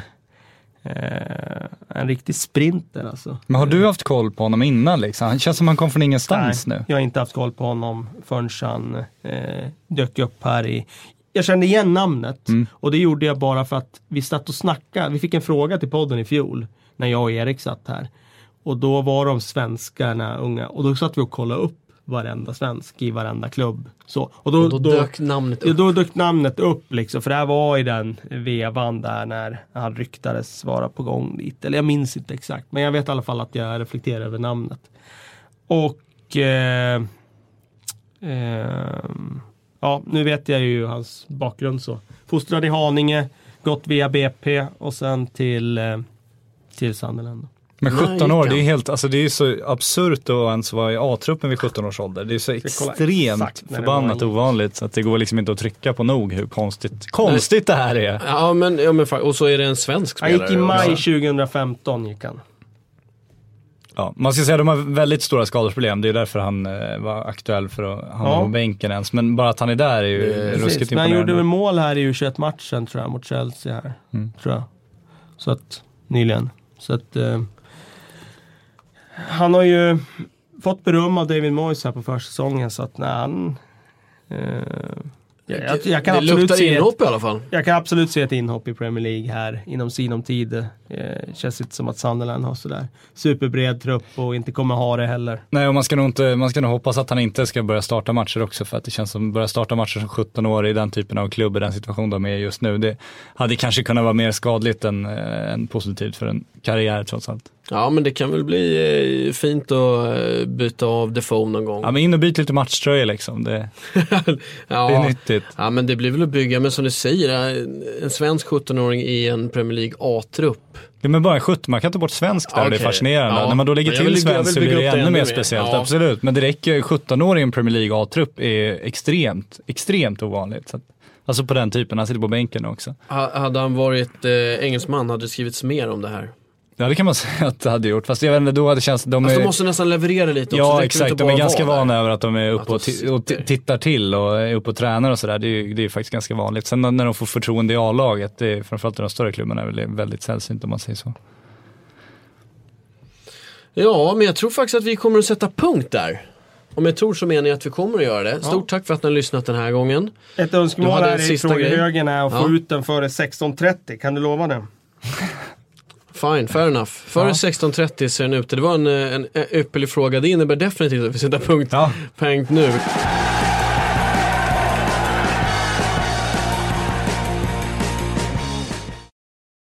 Speaker 1: en riktig sprinter alltså.
Speaker 3: Men har du haft koll på honom innan liksom? Han känns som han kom från ingenstans
Speaker 1: Nej,
Speaker 3: nu.
Speaker 1: jag har inte haft koll på honom förrän han eh, dök upp här i jag kände igen namnet.
Speaker 3: Mm.
Speaker 1: Och det gjorde jag bara för att vi satt och snackade. Vi fick en fråga till podden i fjol. När jag och Erik satt här. Och då var de svenskarna unga. Och då satt vi och kollade upp varenda svensk i varenda klubb. Så. Och då,
Speaker 2: Och då, då dök namnet upp.
Speaker 1: Ja, då dök namnet upp liksom. För det här var i den vevan där när han ryktades vara på gång dit. Eller jag minns inte exakt. Men jag vet i alla fall att jag reflekterar över namnet. Och eh, eh, ja, nu vet jag ju hans bakgrund så. Fostrad i Haninge, gått via B P och sen till, eh, till Sunderland.
Speaker 3: Men sjutton år, det är helt, alltså det är så absurt att ens vara i A-truppen vid sjutton års ålder. Det är så extremt förbannat ovanligt så att det går liksom inte att trycka på nog hur konstigt, konstigt det här är.
Speaker 2: Ja men, ja, men och så är det en svensk spelare.
Speaker 1: Han gick i maj tjugohundrafemton gick han.
Speaker 3: Ja, man ska säga att de har väldigt stora skadesproblem. Det är därför han eh, var aktuell för att hamna
Speaker 1: Ja.
Speaker 3: på bänken ens. Men bara att han är där är ju
Speaker 2: Det,
Speaker 3: ruskigt
Speaker 1: Precis, men han
Speaker 3: imponerande.
Speaker 1: gjorde väl mål här i U tjugoett-matchen tror jag mot Chelsea här.
Speaker 3: Mm.
Speaker 1: Tror jag. Så att, nyligen. Så att eh, han har ju fått beröm av David Moyes här på försäsongen så att när han eh, jag, jag, jag kan
Speaker 2: det
Speaker 1: absolut
Speaker 2: luktar
Speaker 1: se ett,
Speaker 2: inhopp i alla fall.
Speaker 1: jag kan absolut se ett inhopp i Premier League här inom sinom tid. Eh, känns inte som att Sunderland har sådär superbred trupp och inte kommer ha det heller.
Speaker 3: Nej, och man ska nog inte, man ska nog hoppas att han inte ska börja starta matcher också, för att det känns som att börja starta matcher som sjutton år i den typen av klubb i den situation de är just nu. Det hade kanske kunnat vara mer skadligt än, än positivt för en karriär trots allt.
Speaker 2: Ja men det kan väl bli eh, fint att eh, byta av Defoe någon gång.
Speaker 3: Ja, men in och byt lite matchtröja liksom. Det,
Speaker 2: ja.
Speaker 3: det är nyttigt.
Speaker 2: Ja men det blir väl att bygga, men som du säger, en svensk sjutton-åring i en Premier League A-trupp.
Speaker 3: Det är bara en sjutton, man kan ta bort svensk där,
Speaker 2: Okay.
Speaker 3: och det är fascinerande.
Speaker 2: Ja.
Speaker 3: När man då lägger
Speaker 2: Men jag
Speaker 3: till
Speaker 2: vill- jag
Speaker 3: svensk så
Speaker 2: vill
Speaker 3: blir
Speaker 2: bygga
Speaker 3: det
Speaker 2: upp det
Speaker 3: ännu
Speaker 2: ännu
Speaker 3: mer
Speaker 2: mer.
Speaker 3: speciellt,
Speaker 2: Ja.
Speaker 3: absolut. Men det räcker, sjutton-åring i en Premier League A-trupp är extremt, extremt ovanligt. Så att, alltså på den typen, han sitter på bänken också.
Speaker 2: Ha- Hade han varit eh, engelsman hade det skrivits mer om det här.
Speaker 3: Ja, det kan man säga att det hade gjort. Fast jag vet inte, då hade det känts... De
Speaker 2: Fast
Speaker 3: är,
Speaker 2: de måste nästan leverera lite också. Det
Speaker 3: ja,
Speaker 2: räcker
Speaker 3: exakt.
Speaker 2: inte
Speaker 3: De är
Speaker 2: bara
Speaker 3: ganska
Speaker 2: vara
Speaker 3: vana
Speaker 2: där.
Speaker 3: över att de är
Speaker 2: Att
Speaker 3: uppe
Speaker 2: de
Speaker 3: och, ti- och
Speaker 2: sitter.
Speaker 3: t- tittar till och är uppe och tränar och sådär. Det är ju det är faktiskt ganska vanligt. Sen när de får förtroende i A-laget, det är framförallt de större klubbarna, är väl väldigt sällsynt om man säger så.
Speaker 2: Ja, men jag tror faktiskt att vi kommer att sätta punkt där. Om jag tror så menar jag att vi kommer att göra det. Stort tack för att ni har lyssnat den här gången.
Speaker 1: Ett
Speaker 2: Du
Speaker 1: önskemål
Speaker 2: hade en
Speaker 1: här i
Speaker 2: sista
Speaker 1: frågehögen är att
Speaker 2: grej.
Speaker 1: få
Speaker 2: Ja.
Speaker 1: ut den före sexton trettio. Kan du lova det?
Speaker 2: Fine, fair enough. Före
Speaker 3: Ja.
Speaker 2: sexton trettio ser den ute. Det var en, en ypperlig fråga. Det innebär definitivt att vi sätter punkt,
Speaker 3: Ja.
Speaker 2: punkt nu.